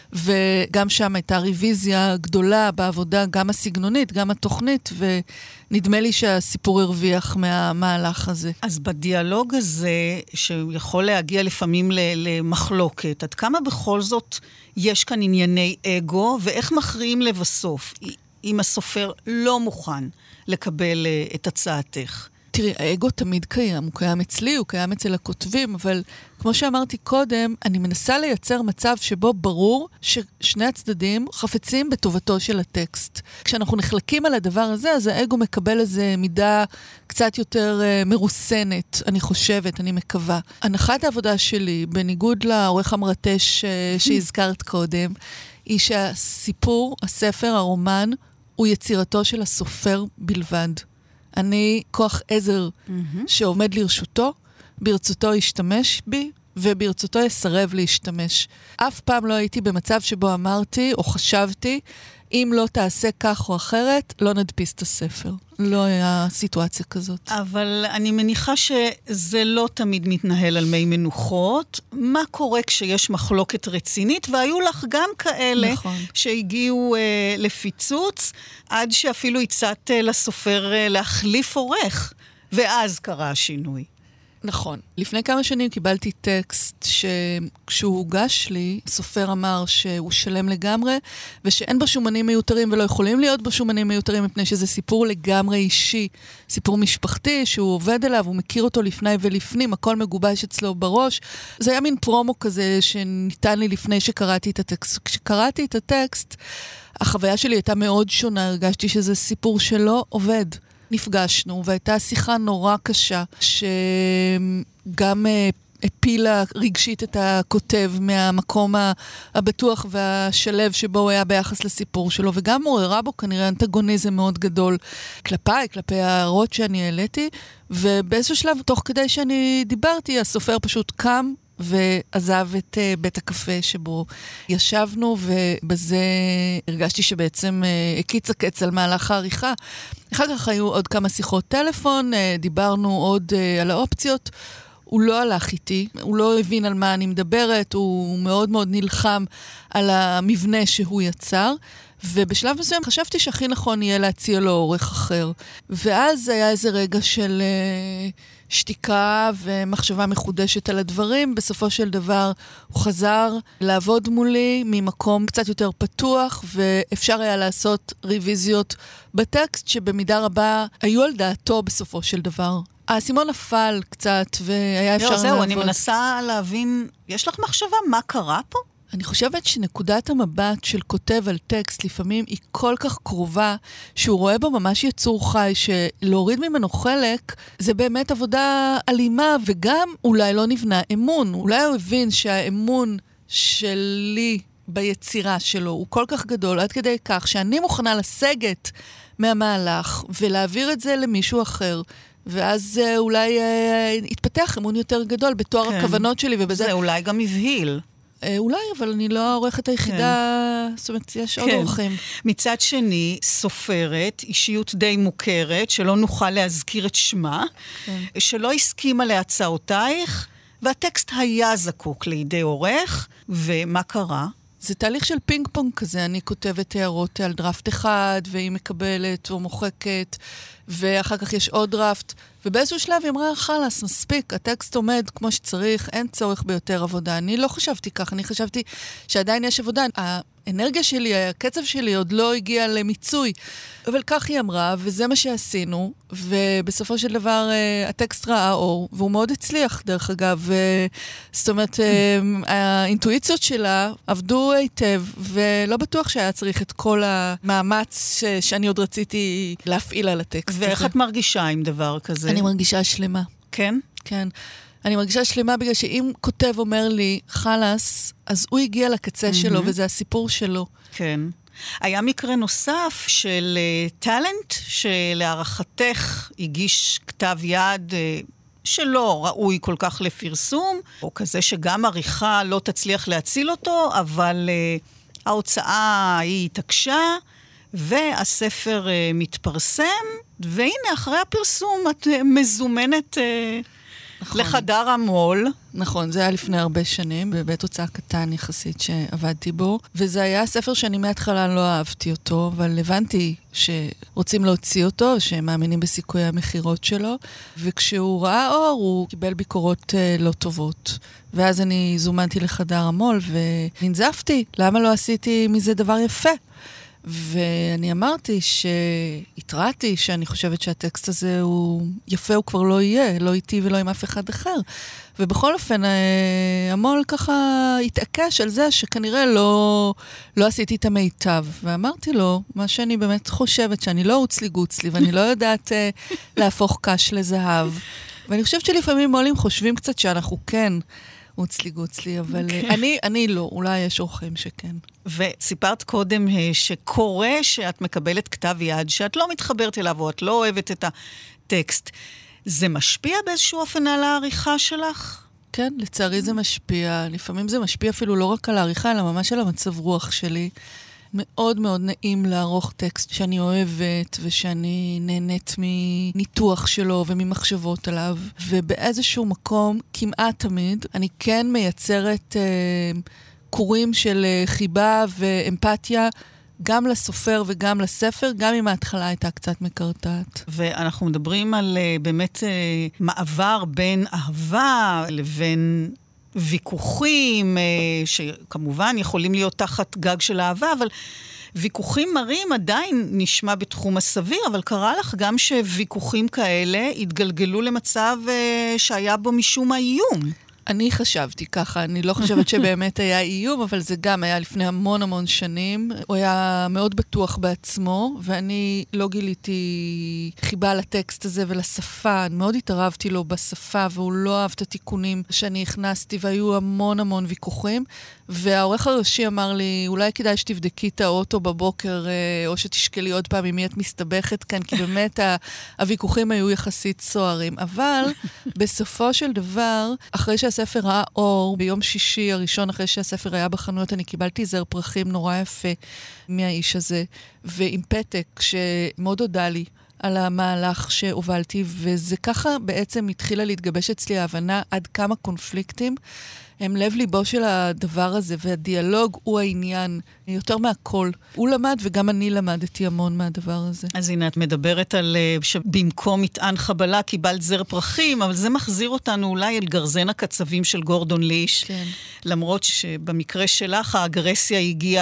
S3: וגם שם הייתה ריוויזיה גדולה בעבודה, גם הסגנונית, גם התוכנית, ונדמה לי שהסיפור הרוויח מהמהלך הזה.
S2: אז בדיאלוג הזה, שיכול להגיע לפעמים למחלוקת, עד כמה בכל זאת יש כאן ענייני אגו, ואיך מכריעים לבסוף, אם הסופר לא מוכן לקבל את הצעתך?
S3: תראי, האגו תמיד קיים, הוא קיים אצלי, הוא קיים אצל הכותבים, אבל כמו שאמרתי קודם, אני מנסה לייצר מצב שבו ברור ששני הצדדים חפצים בטובתו של הטקסט. כשאנחנו נחלקים על הדבר הזה, אז האגו מקבל איזו מידה קצת יותר מרוסנת, אני חושבת, אני מקווה. הנחת העבודה שלי, בניגוד לעורך המרטש שהזכרת קודם, היא שהסיפור, הספר, הרומן, הוא יצירתו של הסופר בלבד. אני כוח עזר שעומד לרשותו, ברצותו ישתמש בי, וברצותו יסרב להשתמש. אף פעם לא הייתי במצב שבו אמרתי או חשבתי, אם לא תעשה כך או אחרת, לא נדפיס את הספר. לא היה סיטואציה כזאת.
S2: אבל אני מניחה שזה לא תמיד מתנהל על מי מנוחות. מה קורה כשיש מחלוקת רצינית? והיו לך גם כאלה שהגיעו לפיצוץ, עד שאפילו הצעת לסופר להחליף עורך, ואז קרה השינוי.
S3: נכון. לפני כמה שנים קיבלתי טקסט שכשהוא הוגש לי, הסופר אמר שהוא שלם לגמרי, ושאין בו שומנים מיותרים ולא יכולים להיות בו שומנים מיותרים, מפני שזה סיפור לגמרי אישי, סיפור משפחתי שהוא עובד עליו, הוא מכיר אותו לפני ולפנים, הכל מגובש אצלו בראש. זה היה מין פרומו כזה שניתן לי לפני שקראתי את הטקסט. כשקראתי את הטקסט, החוויה שלי הייתה מאוד שונה, הרגשתי שזה סיפור שלא עובד. נפגשנו, והייתה שיחה נורא קשה, שגם הפילה רגשית את הכותב מהמקום הבטוח והשלב שבו הוא היה ביחס לסיפור שלו, וגם מעוררה בו כנראה אנטגוניזם מאוד גדול כלפיי, כלפי הערות שאני העליתי, ובאיזשהו שלב, תוך כדי שאני דיברתי, הסופר פשוט קם, ועזב את בית הקפה שבו ישבנו, ובזה הרגשתי שבעצם הקיץ הקץ על מהלך העריכה. אחר כך היו עוד כמה שיחות טלפון, דיברנו עוד על האופציות. הוא לא הלך איתי, הוא לא הבין על מה אני מדברת, הוא מאוד מאוד נלחם על המבנה שהוא יצר, ובשלב מסוים חשבתי שהכי נכון יהיה להציע לו עורך אחר. ואז היה איזה רגע של שתיקה ומחשבה מחודשת על הדברים. בסופו של דבר הוא חזר לעבוד מולי ממקום קצת יותר פתוח, ואפשר היה לעשות ריוויזיות בטקסט שבמידה רבה היו על דעתו בסופו של דבר. האסימון נפל קצת והיה אפשר לעבוד.
S2: זהו, אני מנסה להבין, יש לך מחשבה מה קרה פה?
S3: אני חושבת שנקודת המבט של כותב על טקסט לפעמים היא כל כך קרובה, שהוא רואה בו ממש יצור חי, שלהוריד ממנו חלק, זה באמת עבודה אלימה, וגם אולי לא נבנה אמון. אולי הוא הבין שהאמון שלי ביצירה שלו הוא כל כך גדול, עד כדי כך שאני מוכנה לסגת מהמהלך, ולהעביר את זה למישהו אחר. ואז אולי יתפתח אמון יותר גדול בתואר הכוונות שלי, ובזה...
S2: זה אולי גם הבהיל.
S3: אולי, אבל אני לא העורכת היחידה, זאת אומרת, יש עוד עורכים.
S2: מצד שני, סופרת, אישיות די מוכרת, שלא נוכל להזכיר את שמה, שלא הסכימה להצעותייך, והטקסט היה זקוק לידי עורך, ומה קרה?
S3: זה תהליך של פינג פונג כזה, אני כותבת הערות על דראפט אחד, והיא מקבלת או מוחקת, ואחר כך יש עוד דראפט, ובאיזשהו שלב היא אמרה, חלס, מספיק, הטקסט עומד כמו שצריך, אין צורך ביותר עבודה. אני לא חשבתי כך, אני חשבתי שעדיין יש עבודה. האנרגיה שלי, הקצב שלי עוד לא הגיע למיצוי, אבל כך היא אמרה, וזה מה שעשינו, ובסופו של דבר הטקסט ראה אור, והוא מאוד הצליח דרך אגב, זאת אומרת, האינטואיציות שלה עבדו היטב, ולא בטוח שהיה צריך את כל המאמץ שאני עוד רציתי להפעיל על הטקסט הזה.
S2: ואיך את מרגישה עם דבר כזה?
S3: אני מרגישה שלמה.
S2: כן?
S3: כן. אני מרגישה שלמה בגלל שאם כותב אומר לי, חלס, אז הוא הגיע לקצה שלו, וזה הסיפור שלו.
S2: כן. היה מקרה נוסף של טלנט, שלהערכתך הגיש כתב יד שלא ראוי כל כך לפרסום, או כזה שגם עריכה לא תצליח להציל אותו, אבל ההוצאה היא התעקשה, והספר מתפרסם, והנה אחרי הפרסום את מזומנת... נכון. לחדר המול.
S3: נכון, זה היה לפני הרבה שנים, בבית הוצאה קטן יחסית שעבדתי בו, וזה היה ספר שאני מההתחלה לא אהבתי אותו, אבל הבנתי שרוצים להוציא אותו, שמאמינים בסיכויי המחירות שלו, וכשהוא ראה אור, הוא קיבל ביקורות לא טובות. ואז אני זומנתי לחדר המול, וננזפתי, למה לא עשיתי מזה דבר יפה? ואני אמרתי שהתרעתי שאני חושבת שהטקסט הזה הוא יפה, הוא כבר לא יהיה, לא איתי ולא עם אף אחד אחר. ובכל אופן, המול ככה התעקש על זה שכנראה לא עשיתי את המיטב. ואמרתי לו, מה שאני באמת חושבת, שאני לא הוצלי גוצלי, ואני לא יודעת להפוך קש לזהב. ואני חושבת שלפעמים מולים חושבים קצת שאנחנו כן הוצלי גוצלי, אבל אני לא, אולי יש אורחים שכן.
S2: וסיפרת קודם שקורה שאת מקבלת כתב יד, שאת לא מתחברת אליו, או את לא אוהבת את הטקסט. זה משפיע באיזשהו אופן על העריכה שלך?
S3: כן, לצערי זה משפיע. לפעמים זה משפיע אפילו לא רק על העריכה, אלא ממש על המצב רוח שלי. מאוד מאוד נעים לערוך טקסט שאני אוהבת, ושאני נהנית מניתוח שלו וממחשבות עליו. ובאיזשהו מקום, כמעט תמיד, אני כן מייצרת קורים של חיבה ואמפתיה, גם לסופר וגם לספר, גם אם ההתחלה הייתה קצת מקרטעת.
S2: ואנחנו מדברים על באמת מעבר בין אהבה לבין ויכוחים, שכמובן יכולים להיות תחת גג של אהבה, אבל ויכוחים מרים עדיין נשמע בתחום הסביר, אבל קרה לך גם שוויכוחים כאלה התגלגלו למצב שהיה בו משום האיום.
S3: אני חשבתי ככה, אני לא חושבת שבאמת היה איום, אבל זה גם היה לפני המון שנים. הוא היה מאוד בטוח בעצמו, ואני לא גיליתי חיבה לטקסט הזה ולשפה. אני מאוד התערבתי לו בשפה, והוא לא אהב את התיקונים שאני הכנסתי, והיו המון ויכוחים. והעורך הראשי אמר לי, אולי כדאי שתבדקי את האוטו בבוקר, או שתשקלי עוד פעם עם מי את מסתבכת כאן, כי באמת הוויכוחים היו יחסית סוערים. אבל בסופו של דבר, אחרי שהספר ראה אור, ביום שישי הראשון אחרי שהספר היה בחנויות, אני קיבלתי זר פרחים נורא יפה מהאיש הזה, ועם פתק שמאוד הודע לי על המהלך שהובלתי, וזה ככה בעצם התחילה להתגבש אצלי ההבנה עד כמה קונפליקטים הם לב ליבו של הדבר הזה, והדיאלוג הוא העניין, יותר מהכל. הוא למד וגם אני למדתי המון מהדבר הזה.
S2: אז הנה, את מדברת על שבמקום מטען חבלה קיבלת זר פרחים, אבל זה מחזיר אותנו אולי אל גרזן הקצבים של גורדון ליש.
S3: כן.
S2: למרות שבמקרה שלך האגרסיה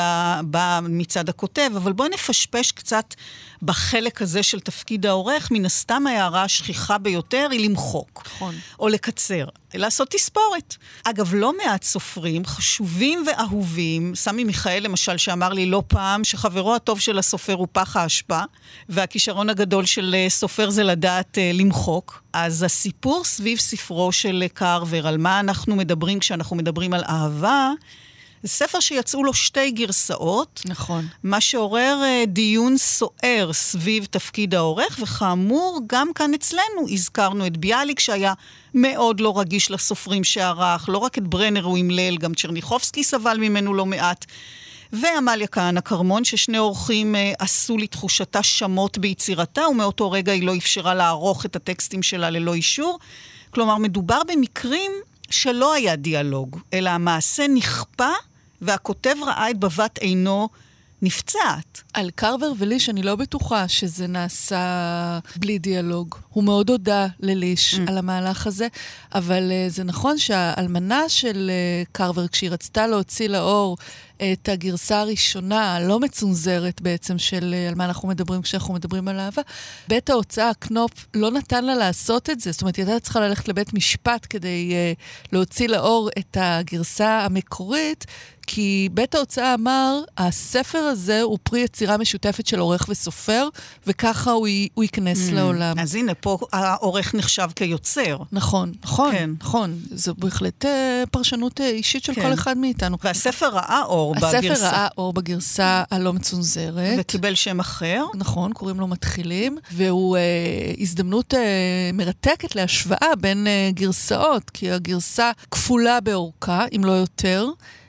S2: באה מצד הכותב, אבל בואי נפשפש קצת בחלק הזה של תפקיד העורך, מן הסתם ההערה השכיחה ביותר היא למחוק.
S3: נכון.
S2: או לקצר, לעשות תספורת. אגב, לא מעט סופרים חשובים ואהובים, סמי מיכאל למשל שאמר לי לא פעם שחברו הטוב של הסופר הוא פח האשפה, והכישרון הגדול של סופר זה לדעת למחוק. אז הסיפור סביב ספרו של קרבר, על מה אנחנו מדברים כשאנחנו מדברים על אהבה, זה ספר שיצאו לו 2 גרסאות.
S3: נכון.
S2: מה שעורר דיון סוער סביב תפקיד העורך, וכאמור, גם כאן אצלנו הזכרנו את ביאליק, שהיה מאוד לא רגיש לסופרים שערך, לא רק את ברנר הוא המלל, גם צ'רניחובסקי סבל ממנו לא מעט, ועמליה כהנא כרמון, ששני עורכים עשו לתחושתה שמות ביצירתה, ומאותו רגע היא לא אפשרה לערוך את הטקסטים שלה ללא אישור. כלומר, מדובר במקרים שלא היה דיאלוג, אלא המעשה נכפה, והכותב ראה את בבת עינו נפצעת.
S3: על קרבר וליש אני לא בטוחה שזה נעשה בלי דיאלוג. הוא מאוד הודע לליש על המהלך הזה, אבל זה נכון שהאלמנה של קרבר, כשהיא רצתה להוציא לאור את הגרסה הראשונה, הלא מצונזרת בעצם של על מה אנחנו מדברים כשאנחנו מדברים על אהבה, בית ההוצאה, קנופ, לא נתן לה לעשות את זה. זאת אומרת, היא הייתה צריכה ללכת לבית משפט כדי להוציא לאור את הגרסה המקורית, כי בית ההוצאה אמר, הספר הזה הוא פרי יצירה משותפת של עורך וסופר, וככה הוא ייכנס לעולם.
S2: אז הנה, פה העורך נחשב כיוצר.
S3: נכון, נכון, כן. נכון. זו בהחלט פרשנות אישית של כל אחד מאיתנו.
S2: והספר ראה אור בגרסה.
S3: הספר ראה אור בגרסה הלא מצונזרת.
S2: וקיבל שם אחר.
S3: נכון, קוראים לו מתחילים, והוא הזדמנות מרתקת להשוואה בין גרסאות, כי הגרסה כפולה באורכה, אם לא יותר.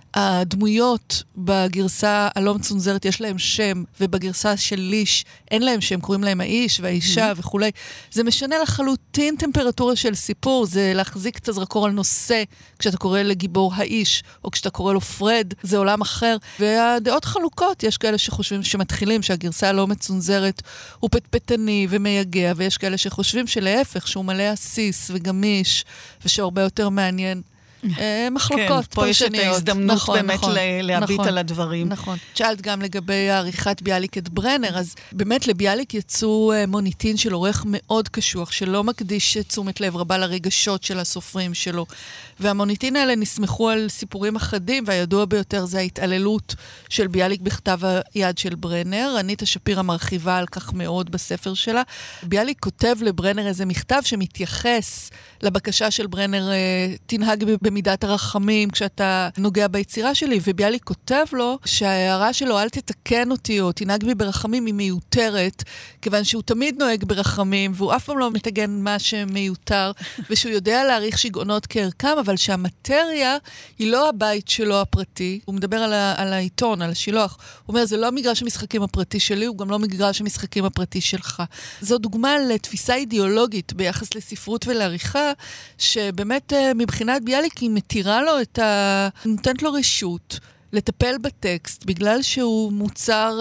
S3: הדמויות בגרסה הלא מצונזרת יש להם שם, ובגרסה של ליש אין להם שם, קוראים להם האיש והאישה וכולי. זה משנה לחלוטין טמפרטורה של סיפור, זה להחזיק את הזרקור על נושא, כשאתה קורא לגיבור האיש, או כשאתה קורא לו פרד, זה עולם אחר. והדעות חלוקות, יש כאלה שחושבים שמתחילים שהגרסה הלא מצונזרת הוא פטפטני ומייגע, ויש כאלה שחושבים שלהפך, שהוא מלא עסיס וגמיש, ושהרבה יותר מעניין. מחלוקות
S2: פה יש את ההזדמנות באמת להביט על הדברים.
S3: נכון. שאלת גם לגבי העריכת ביאליק את ברנר, אז באמת לביאליק יצאו מוניטין של עורך מאוד קשוח, שלא מקדיש תשומת לב רבה לרגשות של הסופרים שלו. והמוניטין האלה נסמכו על סיפורים אחדים, והידוע ביותר זה ההתעללות של ביאליק בכתב היד של ברנר. אניטה שפירא מרחיבה על כך מאוד בספר שלה. ביאליק כותב לברנר איזה מכתב שמתייחס לבקשה של ברנר, תנהג במידת הרחמים כשאתה נוגע ביצירה שלי, וביאליק כותב לו שההערה שלו, אל תתקן אותי או תנהג בי ברחמים, היא מיותרת, כיוון שהוא תמיד נוהג ברחמים, והוא אף פעם לא מתגן מה שמיותר, ושהוא יודע להעריך שגעונות כערכם, אבל שהמטריה היא לא הבית שלו הפרטי. הוא מדבר על העיתון, על השילוח. הוא אומר, זה לא מגרש המשחקים הפרטי שלי, הוא גם לא מגרש המשחקים הפרטי שלך. זו דוגמה לתפיסה אידיאולוגית ביחס לספרות ולעריכה, שבאמת מבחינת ביאליק היא מתירה לו נותנת לו רשות לטפל בטקסט, בגלל שהוא מוצר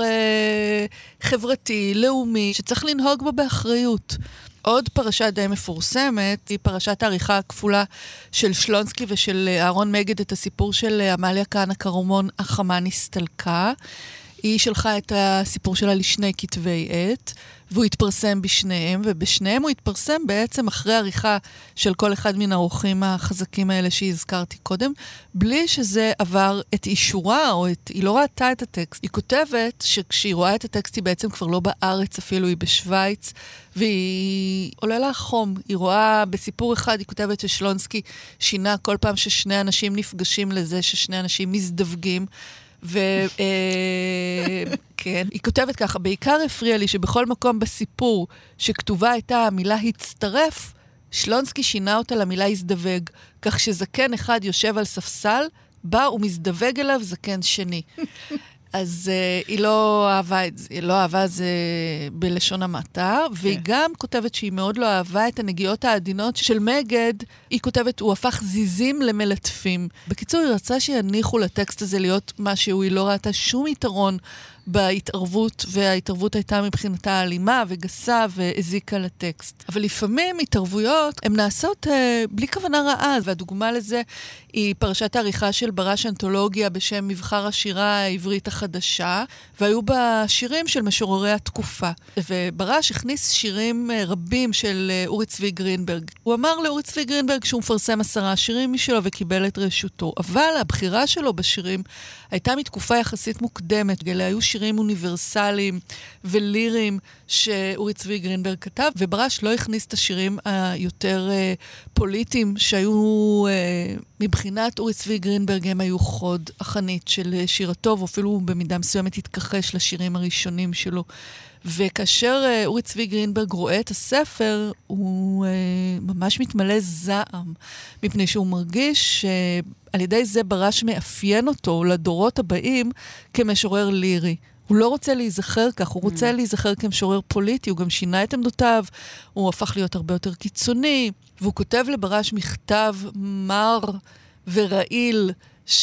S3: חברתי, לאומי, שצריך לנהוג בו באחריות. עוד פרשה די מפורסמת, היא פרשת העריכה הכפולה של שלונסקי ושל אהרון מגד, את הסיפור של עמליה כהנא כרמון, החמה נסתלקה. היא שלחה את הסיפור שלה לשני כתבי עת, והוא התפרסם בשניהם, ובשניהם הוא התפרסם בעצם אחרי עריכה של כל אחד מן העורכים החזקים האלה שהזכרתי קודם, בלי שזה עבר את אישורה, היא לא ראתה את הטקסט. היא כותבת שכשהיא רואה את הטקסט היא בעצם כבר לא בארץ, אפילו היא בשוויץ, והיא עולה לה חום. היא רואה בסיפור אחד, היא כותבת ששלונסקי שינה כל פעם ששני אנשים נפגשים לזה, ששני אנשים מזדווגים, כן, היא כותבת ככה, בעיקר הפריע לי שבכל מקום בסיפור שכתובה הייתה המילה הצטרף, שלונסקי שינה אותה למילה הזדווג, כך שזקן אחד יושב על ספסל, בא ומזדווג אליו זקן שני. אז היא לא אהבה את זה, היא לא אהבה זה בלשון המעטה, והיא גם כותבת שהיא מאוד לא אהבה את הנגיעות העדינות של מגד, היא כותבת, הוא הפך זיזים למלטפים. בקיצור, היא רצה שיניחו לטקסט הזה להיות משהו, היא לא ראתה שום יתרון בהתערבות, וההתערבות הייתה מבחינתה אלימה וגסה והזיקה לטקסט. אבל לפעמים התערבויות הן נעשות בלי כוונה רעה, והדוגמה לזה היא פרשת העריכה של ברש אנתולוגיה בשם מבחר השירה העברית החדשה, והיו בה שירים של משוררי התקופה. וברש הכניס שירים רבים של אורי צבי גרינברג. הוא אמר לאורי צבי גרינברג שהוא מפרסם 10 שירים משלו וקיבל את רשותו. אבל הבחירה שלו בשירים הייתה מתקופה יחסית מוקדמת. אלה היו שירים אוניברסליים וליריים שאורי צבי גרינברג כתב, וברש לא הכניס את השירים היותר פוליטיים שהיו מבחינת אורי צבי גרינברג, הם היו חוד החנית של שירתו, ואפילו במידה מסוימת התכחש לשירים הראשונים שלו. וכאשר אורי צבי גרינברג רואה את הספר, הוא ממש מתמלא זעם, מפני שהוא מרגיש שעל ידי זה ברש מאפיין אותו לדורות הבאים כמשורר לירי. הוא לא רוצה להיזכר כך, הוא רוצה להיזכר כמשורר פוליטי, הוא גם שינה את עמדותיו, הוא הפך להיות הרבה יותר קיצוני, והוא כותב לברש מכתב מר ורעיל,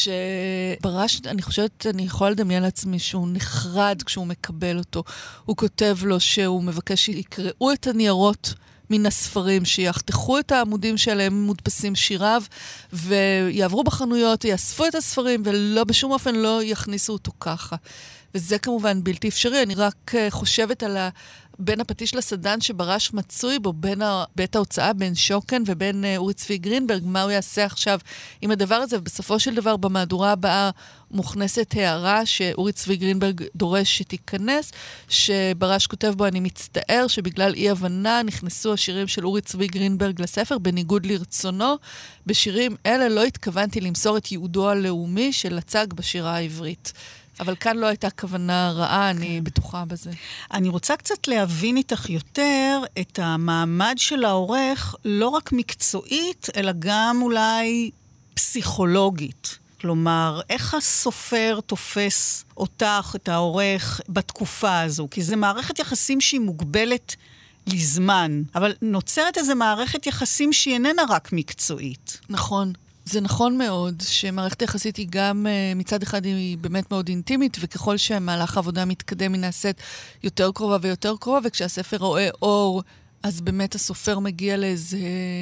S3: שברש, אני חושבת, אני יכולה לדמיין לעצמי שהוא נחרד כשהוא מקבל אותו. הוא כותב לו שהוא מבקש שיקראו את הניירות מן הספרים, שיחתכו את העמודים שעליהם מודפסים שיריו, ויעברו בחנויות, יאספו את הספרים, ולא בשום אופן לא יכניסו אותו ככה. וזה כמובן בלתי אפשרי, אני רק חושבת על בין הפטיש לסדן שברש מצוי בו, בין בית ההוצאה, בין שוקן ובין אורי צבי גרינברג, מה הוא יעשה עכשיו עם הדבר הזה, ובסופו של דבר במהדורה הבאה מוכנסת הערה שאורי צבי גרינברג דורש שתיכנס, שברש כותב בו, אני מצטער שבגלל אי הבנה נכנסו השירים של אורי צבי גרינברג לספר, בניגוד לרצונו, בשירים אלה לא התכוונתי למסור את ייעודו הלאומי של הצג בשירה העברית. אבל כאן לא הייתה כוונה רעה, אני בטוחה בזה.
S2: אני רוצה קצת להבין איתך יותר את המעמד של העורך, לא רק מקצועית, אלא גם אולי פסיכולוגית. כלומר, איך הסופר תופס אותך, את העורך, בתקופה הזו? כי זה מערכת יחסים שהיא מוגבלת לזמן, אבל נוצרת איזו מערכת יחסים שהיא איננה רק מקצועית.
S3: נכון. זה נכון מאוד שמערכת יחסית היא גם מצד אחד היא באמת מאוד אינטימית, וככל שהמהלך העבודה מתקדם היא נעשית יותר קרובה ויותר קרובה, וכשהספר רואה אור, אז באמת הסופר מגיע לאיזה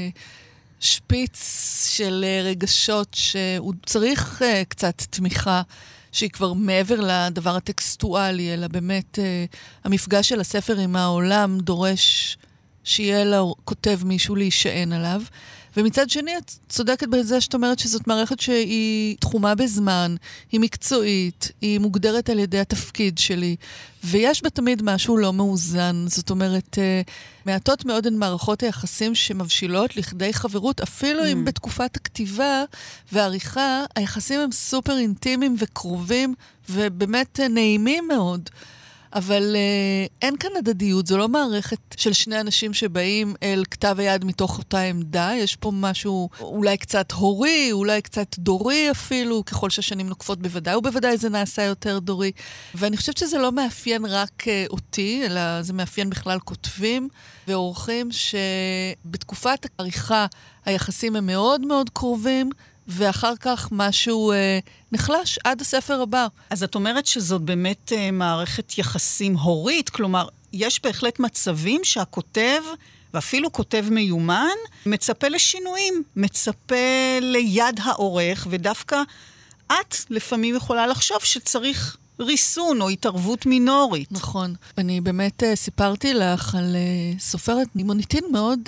S3: שפיץ של רגשות שהוא צריך קצת תמיכה, שהיא כבר מעבר לדבר הטקסטואלי, אלא באמת המפגש של הספר עם העולם דורש שיהיה לו כותב מישהו להישען עליו. ומצד שני, את צודקת בזה שאת אומרת שזאת מערכת שהיא תחומה בזמן, היא מקצועית, היא מוגדרת על ידי התפקיד שלי, ויש בה תמיד משהו לא מאוזן. זאת אומרת, מעטות מאוד הן מערכות היחסים שמבשילות לכדי חברות, אפילו אם בתקופת הכתיבה והעריכה, היחסים הם סופר אינטימיים וקרובים, ובאמת נעימים מאוד. אבל אין כאן הדדיות, זו לא מערכת של שני אנשים שבאים אל כתב היד מתוך אותה עמדה, יש פה משהו אולי קצת הורי, אולי קצת דורי אפילו, ככל שהשנים נוקפות בוודאי, ובוודאי זה נעשה יותר דורי. ואני חושבת שזה לא מאפיין רק אותי, אלא זה מאפיין בכלל כותבים ועורכים שבתקופת העריכה היחסים הם מאוד מאוד קרובים, ואחר כך משהו נחלש עד הספר הבא.
S2: אז את אומרת שזאת באמת מערכת יחסים הורית, כלומר, יש בהחלט מצבים שהכותב, ואפילו כותב מיומן, מצפה לשינויים, מצפה ליד העורך, ודווקא את לפעמים יכולה לחשוב שצריך ריסון או התערבות מינורית.
S3: נכון. אני באמת סיפרתי לך על סופרת מוניטין מאוד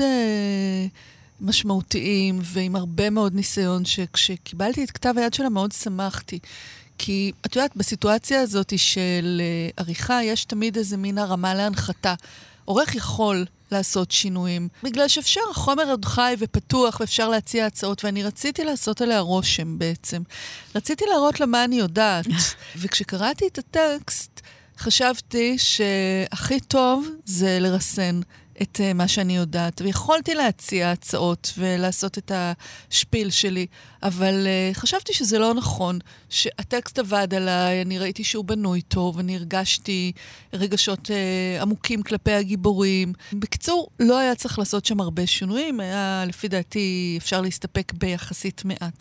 S3: משמעותיים ועם הרבה מאוד ניסיון, שכשקיבלתי את כתב היד שלה מאוד שמחתי. כי את יודעת, בסיטואציה הזאת של עריכה יש תמיד איזה מין הרמה להנחתה. עורך יכול לעשות שינויים, בגלל שאפשר, החומר עוד חי ופתוח ואפשר להציע הצעות, ואני רציתי לעשות עליה רושם בעצם. רציתי להראות לה מה אני יודעת. וכשקראתי את הטקסט, חשבתי שהכי טוב זה לרסן את מה שאני יודעת, ויכולתי להציע הצעות ולעשות את השפיל שלי, אבל חשבתי שזה לא נכון, שהטקסט עבד עליי, אני ראיתי שהוא בנוי טוב, אני הרגשתי רגשות עמוקים כלפי הגיבורים. בקיצור, לא היה צריך לעשות שם הרבה שינויים, היה לפי דעתי אפשר להסתפק ביחסית מעט.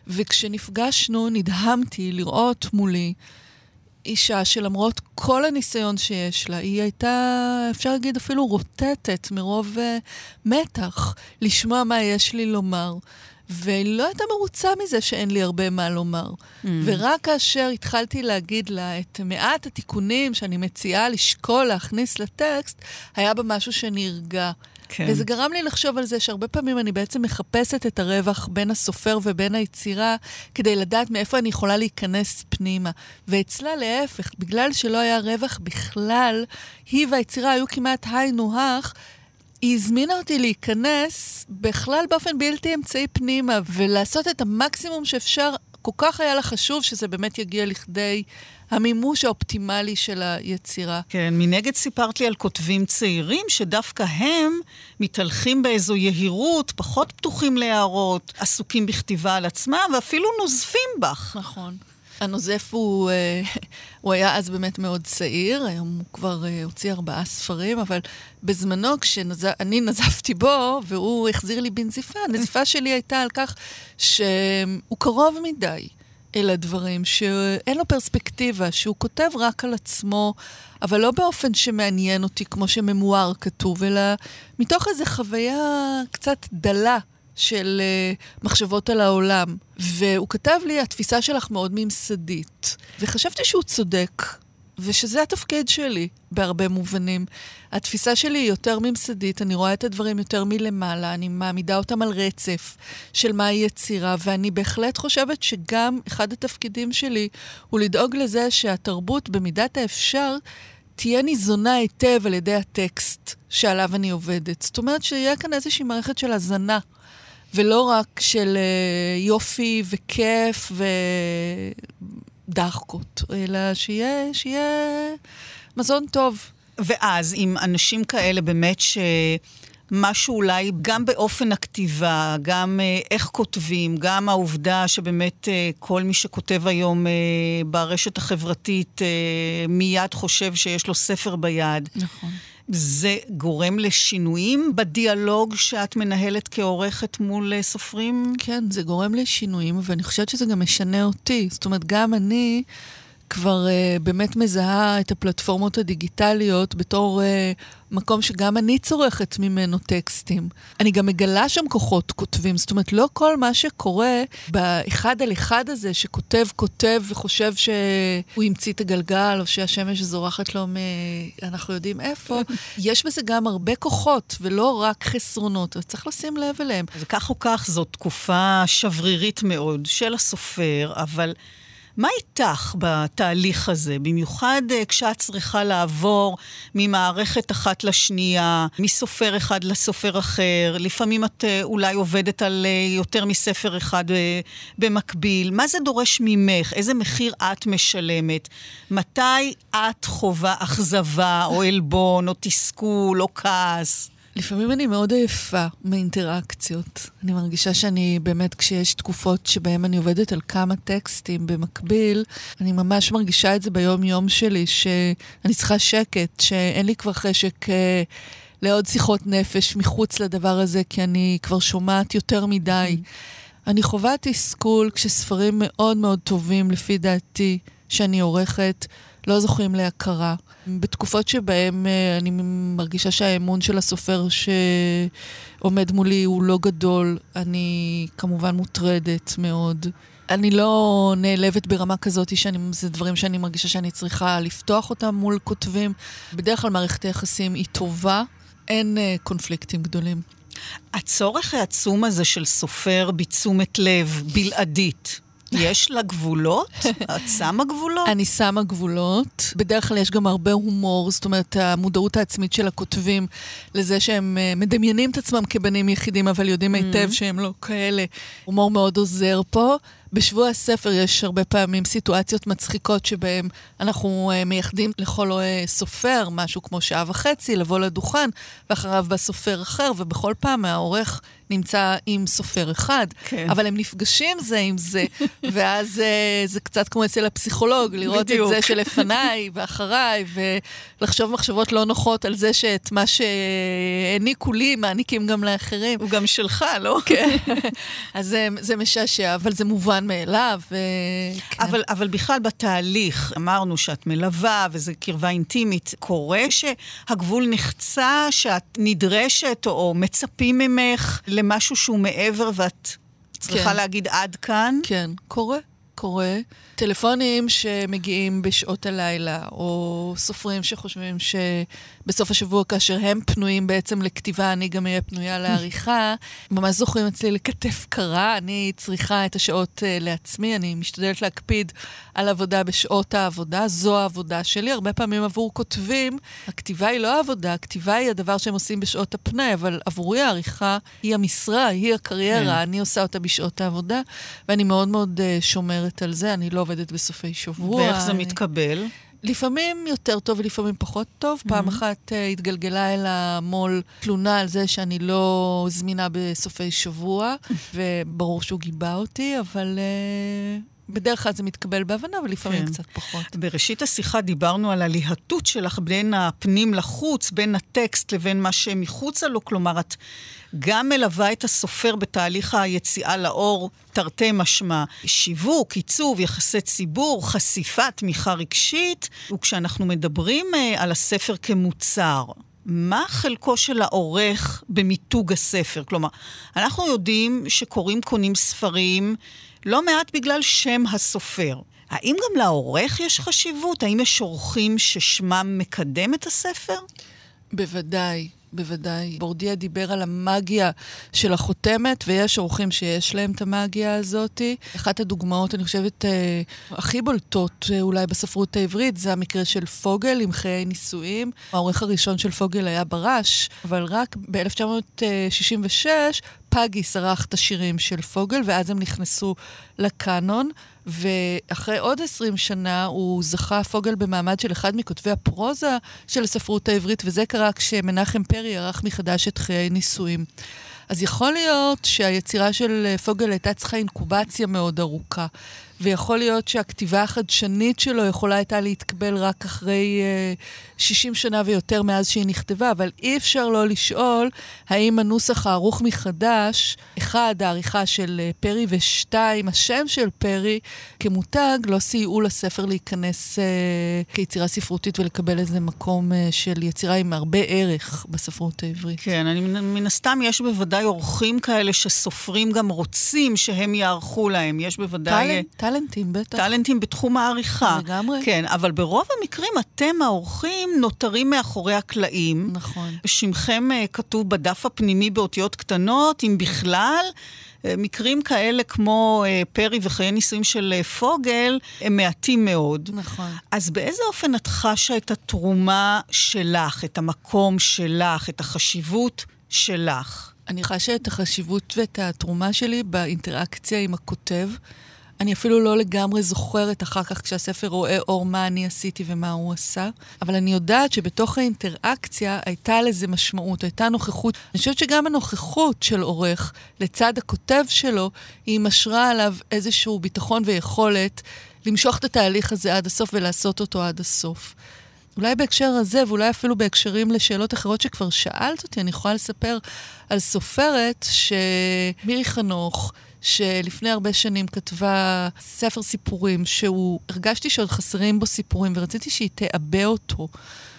S3: וכשנפגשנו נדהמתי לראות מולי אישה שלמרות כל הניסיון שיש לה, היא הייתה, אפשר להגיד, אפילו רוטטת מרוב מתח, לשמוע מה יש לי לומר. והיא לא הייתה מרוצה מזה שאין לי הרבה מה לומר. ורק כאשר התחלתי להגיד לה את מעט התיקונים שאני מציעה לשקול להכניס לטקסט, היה בה משהו שנרגע. כן. וזה גרם לי לחשוב על זה שהרבה פעמים אני בעצם מחפשת את הרווח בין הסופר ובין היצירה, כדי לדעת מאיפה אני יכולה להיכנס פנימה. ואצלה להפך, בגלל שלא היה רווח בכלל, היא והיצירה היו כמעט היינו הך, היא הזמינה אותי להיכנס בכלל באופן בלתי אמצעי פנימה, ולעשות את המקסימום שאפשר. כל כך היה לה חשוב שזה באמת יגיע לכדי המימוש האופטימלי של היצירה.
S2: כן, מנגד סיפרת לי על כותבים צעירים שדווקא הם מתהלכים באיזו יהירות, פחות פתוחים להערות, עסוקים בכתיבה על עצמה ואפילו נוזפים בך.
S3: נכון. הנוזף הוא היה אז באמת מאוד צעיר, היום הוא כבר הוציא 4 ספרים, אבל בזמנו כשאני נזפתי בו, והוא החזיר לי בנזיפה, הנזיפה שלי הייתה על כך שהוא קרוב מדי אל הדברים, שאין לו פרספקטיבה, שהוא כותב רק על עצמו, אבל לא באופן שמעניין אותי כמו שממואר כתוב, אלא מתוך איזו חוויה קצת דלה, של מחשבות על העולם. והוא כתב לי, התפיסה שלך מאוד ממסדית. וחשבתי שהוא צודק, ושזה התפקיד שלי בהרבה מובנים. התפיסה שלי היא יותר ממסדית, אני רואה את הדברים יותר מלמעלה, אני מעמידה אותם על רצף של מהי יצירה, ואני בהחלט חושבת שגם אחד התפקידים שלי הוא לדאוג לזה שהתרבות במידת האפשר תהיה ניזונה היטב על ידי הטקסט שעליו אני עובדת. זאת אומרת שיהיה כאן איזושהי מערכת של הזנה, ולא רק של יופי וכיף ודחקות, אלא שיהיה מזון טוב.
S2: ואז עם אנשים כאלה באמת שמשהו אולי גם באופן הכתיבה, גם איך כותבים, גם העובדה שבאמת כל מי שכותב היום ברשת החברתית מיד חושב שיש לו ספר ביד.
S3: נכון.
S2: זה גורם לשינויים בדיאלוג שאת מנהלת כעורכת מול סופרים?
S3: כן, זה גורם לשינויים, ואני חושבת שזה גם משנה אותי. זאת אומרת, גם אני כבר באמת מזהה את הפלטפורמות הדיגיטליות בתור מקום שגם אני צורכת ממנו טקסטים. אני גם מגלה שם כוחות כותבים, זאת אומרת, לא כל מה שקורה באחד על אחד הזה, כותב וחושב שהוא ימציא את הגלגל, או שהשמש זורחת לו אנחנו יודעים איפה. יש בזה גם הרבה כוחות, ולא רק חסרונות, וצריך לשים לב אליהם.
S2: וכך או כך, זו תקופה שברירית מאוד של הסופר, אבל מה איתך בתהליך הזה? במיוחד כשאת צריכה לעבור ממערכת אחת לשנייה, מסופר אחד לסופר אחר, לפעמים את אולי עובדת על יותר מספר אחד במקביל. מה זה דורש ממך? איזה מחיר את משלמת? מתי את חובה אכזבה או אלבון או תסכול או כעס?
S3: לפעמים אני מאוד עייפה מאינטראקציות. אני מרגישה שאני באמת, כשיש תקופות שבהן אני עובדת על כמה טקסטים במקביל, אני ממש מרגישה את זה ביום יום שלי, שאני צריכה שקט, שאין לי כבר חשק לעוד שיחות נפש מחוץ לדבר הזה, כי אני כבר שומעת יותר מדי. אני חווה תסכול כשספרים מאוד מאוד טובים, לפי דעתי, שאני עורכת, לא זוכים להכרה. בתקופות שבהם אני מרגישה שהאמון של הסופר שעומד מולי הוא לא גדול, אני כמובן מוטרדת מאוד. אני לא נעלבת ברמה כזאת זה דברים שאני מרגישה שאני צריכה לפתוח אותם מול כותבים. בדרך כלל מערכת היחסים היא טובה, אין קונפליקטים גדולים.
S2: הצורך העצום הזה של סופר בתשומת לב בלעדית, יש לה גבולות? את שמה גבולות?
S3: אני שמה גבולות. בדרך כלל יש גם הרבה הומור, זאת אומרת, המודעות העצמית של הכותבים לזה שהם מדמיינים את עצמם כבנים יחידים, אבל יודעים היטב שהם לא כאלה. הומור מאוד עוזר פה, בשבוע הספר יש הרבה פעמים סיטואציות מצחיקות שבהן אנחנו מייחדים לכל סופר, משהו כמו 1.5 שעות, לבוא לדוכן, ואחריו בא סופר אחר, ובכל פעם העורך נמצא עם סופר אחד,
S2: כן.
S3: אבל הם נפגשים זה עם זה, ואז זה קצת כמו אצל הפסיכולוג, לראות
S2: בדיוק.
S3: את זה שלפניי ואחריי, ולחשוב מחשבות לא נוחות על זה שאת מה שהעניקו לי, מעניקים גם לאחרים.
S2: הוא גם שלך, לא?
S3: כן. אז זה משעשע, אבל זה מובן מאליו. כן.
S2: אבל בכלל בתהליך, אמרנו שאת מלווה, וזו קרבה אינטימית, קורה שהגבול נחצה, שאת נדרשת או מצפים ממך למשהו שהוא מעבר, ואת צריכה להגיד עד כאן?
S3: כן, קורה. טלפונים שמגיעים בשעות הלילה, או סופרים שחושבים שבסוף השבוע, כאשר הם פנויים בעצם לכתיבה, אני גם אהיה פנויה לעריכה, ממש זוכרים אצלי לכתף קרה, אני צריכה את השעות לעצמי, אני משתדלת להקפיד על עבודה בשעות העבודה, זו העבודה שלי, הרבה פעמים עבור כותבים, הכתיבה היא לא העבודה, הכתיבה היא הדבר שהם עושים בשעות הפנאי, אבל עבורי העריכה היא המשרה, היא הקריירה, אני עושה אותה בשעות העבודה, ואני מאוד מאוד שומרת על זה, אני לא עובדת בסופי שבוע.
S2: ואיך זה מתקבל?
S3: לפעמים יותר טוב ולפעמים פחות טוב. פעם אחת התגלגלה אל המול תלונה על זה שאני לא זמינה בסופי שבוע, וברור שהוא גיבה אותי, אבל בדרך כלל זה מתקבל בהבנה, ולפעמים קצת פחות.
S2: בראשית השיחה דיברנו על הליהטות שלך בין הפנים לחוץ, בין הטקסט לבין מה שמחוצה לו, כלומר, את גם מלווה את הסופר בתהליך היציאה לאור, תרתי משמע, שיווק, עיצוב, יחסי ציבור, חשיפה, תמיכה רגשית, וכשאנחנו מדברים על הספר כמוצר, מה חלקו של העורך במיתוג הספר? כלומר, אנחנו יודעים שקוראים קונים ספרים, לא מעט בגלל שם הסופר. האם גם לעורך יש חשיבות? האם יש עורכים ששמם מקדם את הספר?
S3: בוודאי. בורדיה דיבר על המאגיה של החותמת, ויש עורכים שיש להם את המאגיה הזאת. אחת הדוגמאות, אני חושבת, הכי בולטות אולי בספרות העברית, זה המקרה של פוגל עם חיי נישואים. העורך הראשון של פוגל היה ברש, אבל רק ב-1966 פאגיס ערך את השירים של פוגל, ואז הם נכנסו לקאנון, ואחרי עוד 20 שנה הוא זכה פוגל במעמד של אחד מכותבי הפרוזה של הספרות העברית, וזה קרה כשמנחם פרי ערך מחדש את חיי נישואים. אז יכול להיות שהיצירה של פוגל הייתה צריכה אינקובציה מאוד ארוכה, ויכול להיות שהכתיבה החדשנית שלו יכולה הייתה להתקבל רק אחרי 60 שנה ויותר מאז שהיא נכתבה, אבל אי אפשר לא לשאול האם הנוסח הערוך מחדש, אחד, העריכה של פרי, ושתיים, השם של פרי, כמותג, לא סייעו לספר להיכנס כיצירה ספרותית ולקבל איזה מקום של יצירה עם הרבה ערך בספרות העברית.
S2: כן, מן הסתם יש בוודאי עורכים כאלה שסופרים גם רוצים שהם יערכו להם. יש בוודאי
S3: טלנטים, בטח.
S2: טלנטים בתחום העריכה.
S3: לגמרי.
S2: כן, אבל ברוב המקרים אתם, העורכים, נותרים מאחורי הקלעים.
S3: נכון.
S2: שמכם כתוב בדף הפנימי באותיות קטנות, אם בכלל, מקרים כאלה כמו פרי וחיי נישואים של פוגל, הם מעטים מאוד.
S3: נכון.
S2: אז באיזה אופן את חשה את התרומה שלך, את המקום שלך, את החשיבות שלך?
S3: אני חשה את החשיבות ואת התרומה שלי באינטראקציה עם הכותב. אני אפילו לא לגמרי זוכרת אחר כך כשהספר רואה אור מה אני עשיתי ומה הוא עשה, אבל אני יודעת שבתוך האינטראקציה הייתה לזה משמעות, הייתה נוכחות. אני חושבת שגם הנוכחות של עורך לצד הכותב שלו, היא משרה עליו איזשהו ביטחון ויכולת למשוך את התהליך הזה עד הסוף ולעשות אותו עד הסוף. אולי בהקשר הזה, ואולי אפילו בהקשרים לשאלות אחרות שכבר שאלת אותי, אני יכולה לספר על סופרת מירי חנוך, שלפני הרבה שנים כתבה ספר סיפורים, הרגשתי שעוד חסרים בו סיפורים, ורציתי שהיא תעבה אותו.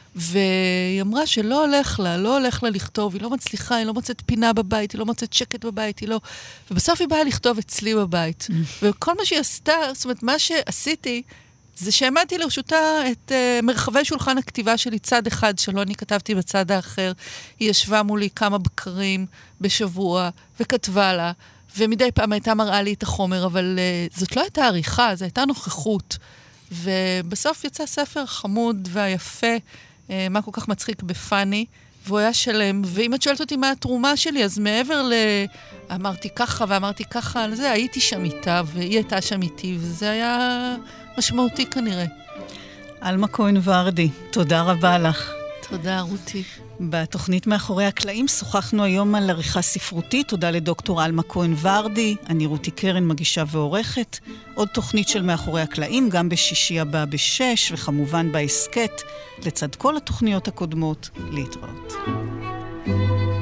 S3: והיא אמרה שלא הולך לה לכתוב, היא לא מצליחה, היא לא מוצאת פינה בבית, היא לא מוצאת שקט בבית, היא לא... ובסוף היא באה לכתוב אצלי בבית. וכל מה שהיא עשתה, זאת אומרת, מה שעשיתי, זה שהעמדתי לרשותה את מרחבי שולחן הכתיבה שלי, צד אחד שלא אני כתבתי בצד האחר. היא ישבה מולי כמה בקרים בשבוע, וכתבה לה, ומדי פעם הייתה מראה לי את החומר, אבל זאת לא הייתה עריכה, זו הייתה נוכחות. ובסוף יצא ספר חמוד והיפה, מה כל כך מצחיק בפני, והוא היה שלם, ואם את שואלת אותי מה התרומה שלי, אז מעבר אמרתי ככה ואמרתי ככה על זה, הייתי שם איתה, והיא הייתה שם איתי, וזה היה משמעותי כנראה.
S2: אלמה כהן ורדי, תודה רבה לך.
S3: תודה, רותי.
S2: בתוכנית מאחורי הקלעים שוחחנו היום על עריכה ספרותית, תודה לדוקטור אלמה כהן ורדי, אני רותי קרן, מגישה ועורכת. עוד תוכנית של מאחורי הקלעים, גם בשישי הבא ב-6, וכמובן בהסקט, לצד כל התוכניות הקודמות, להתראות.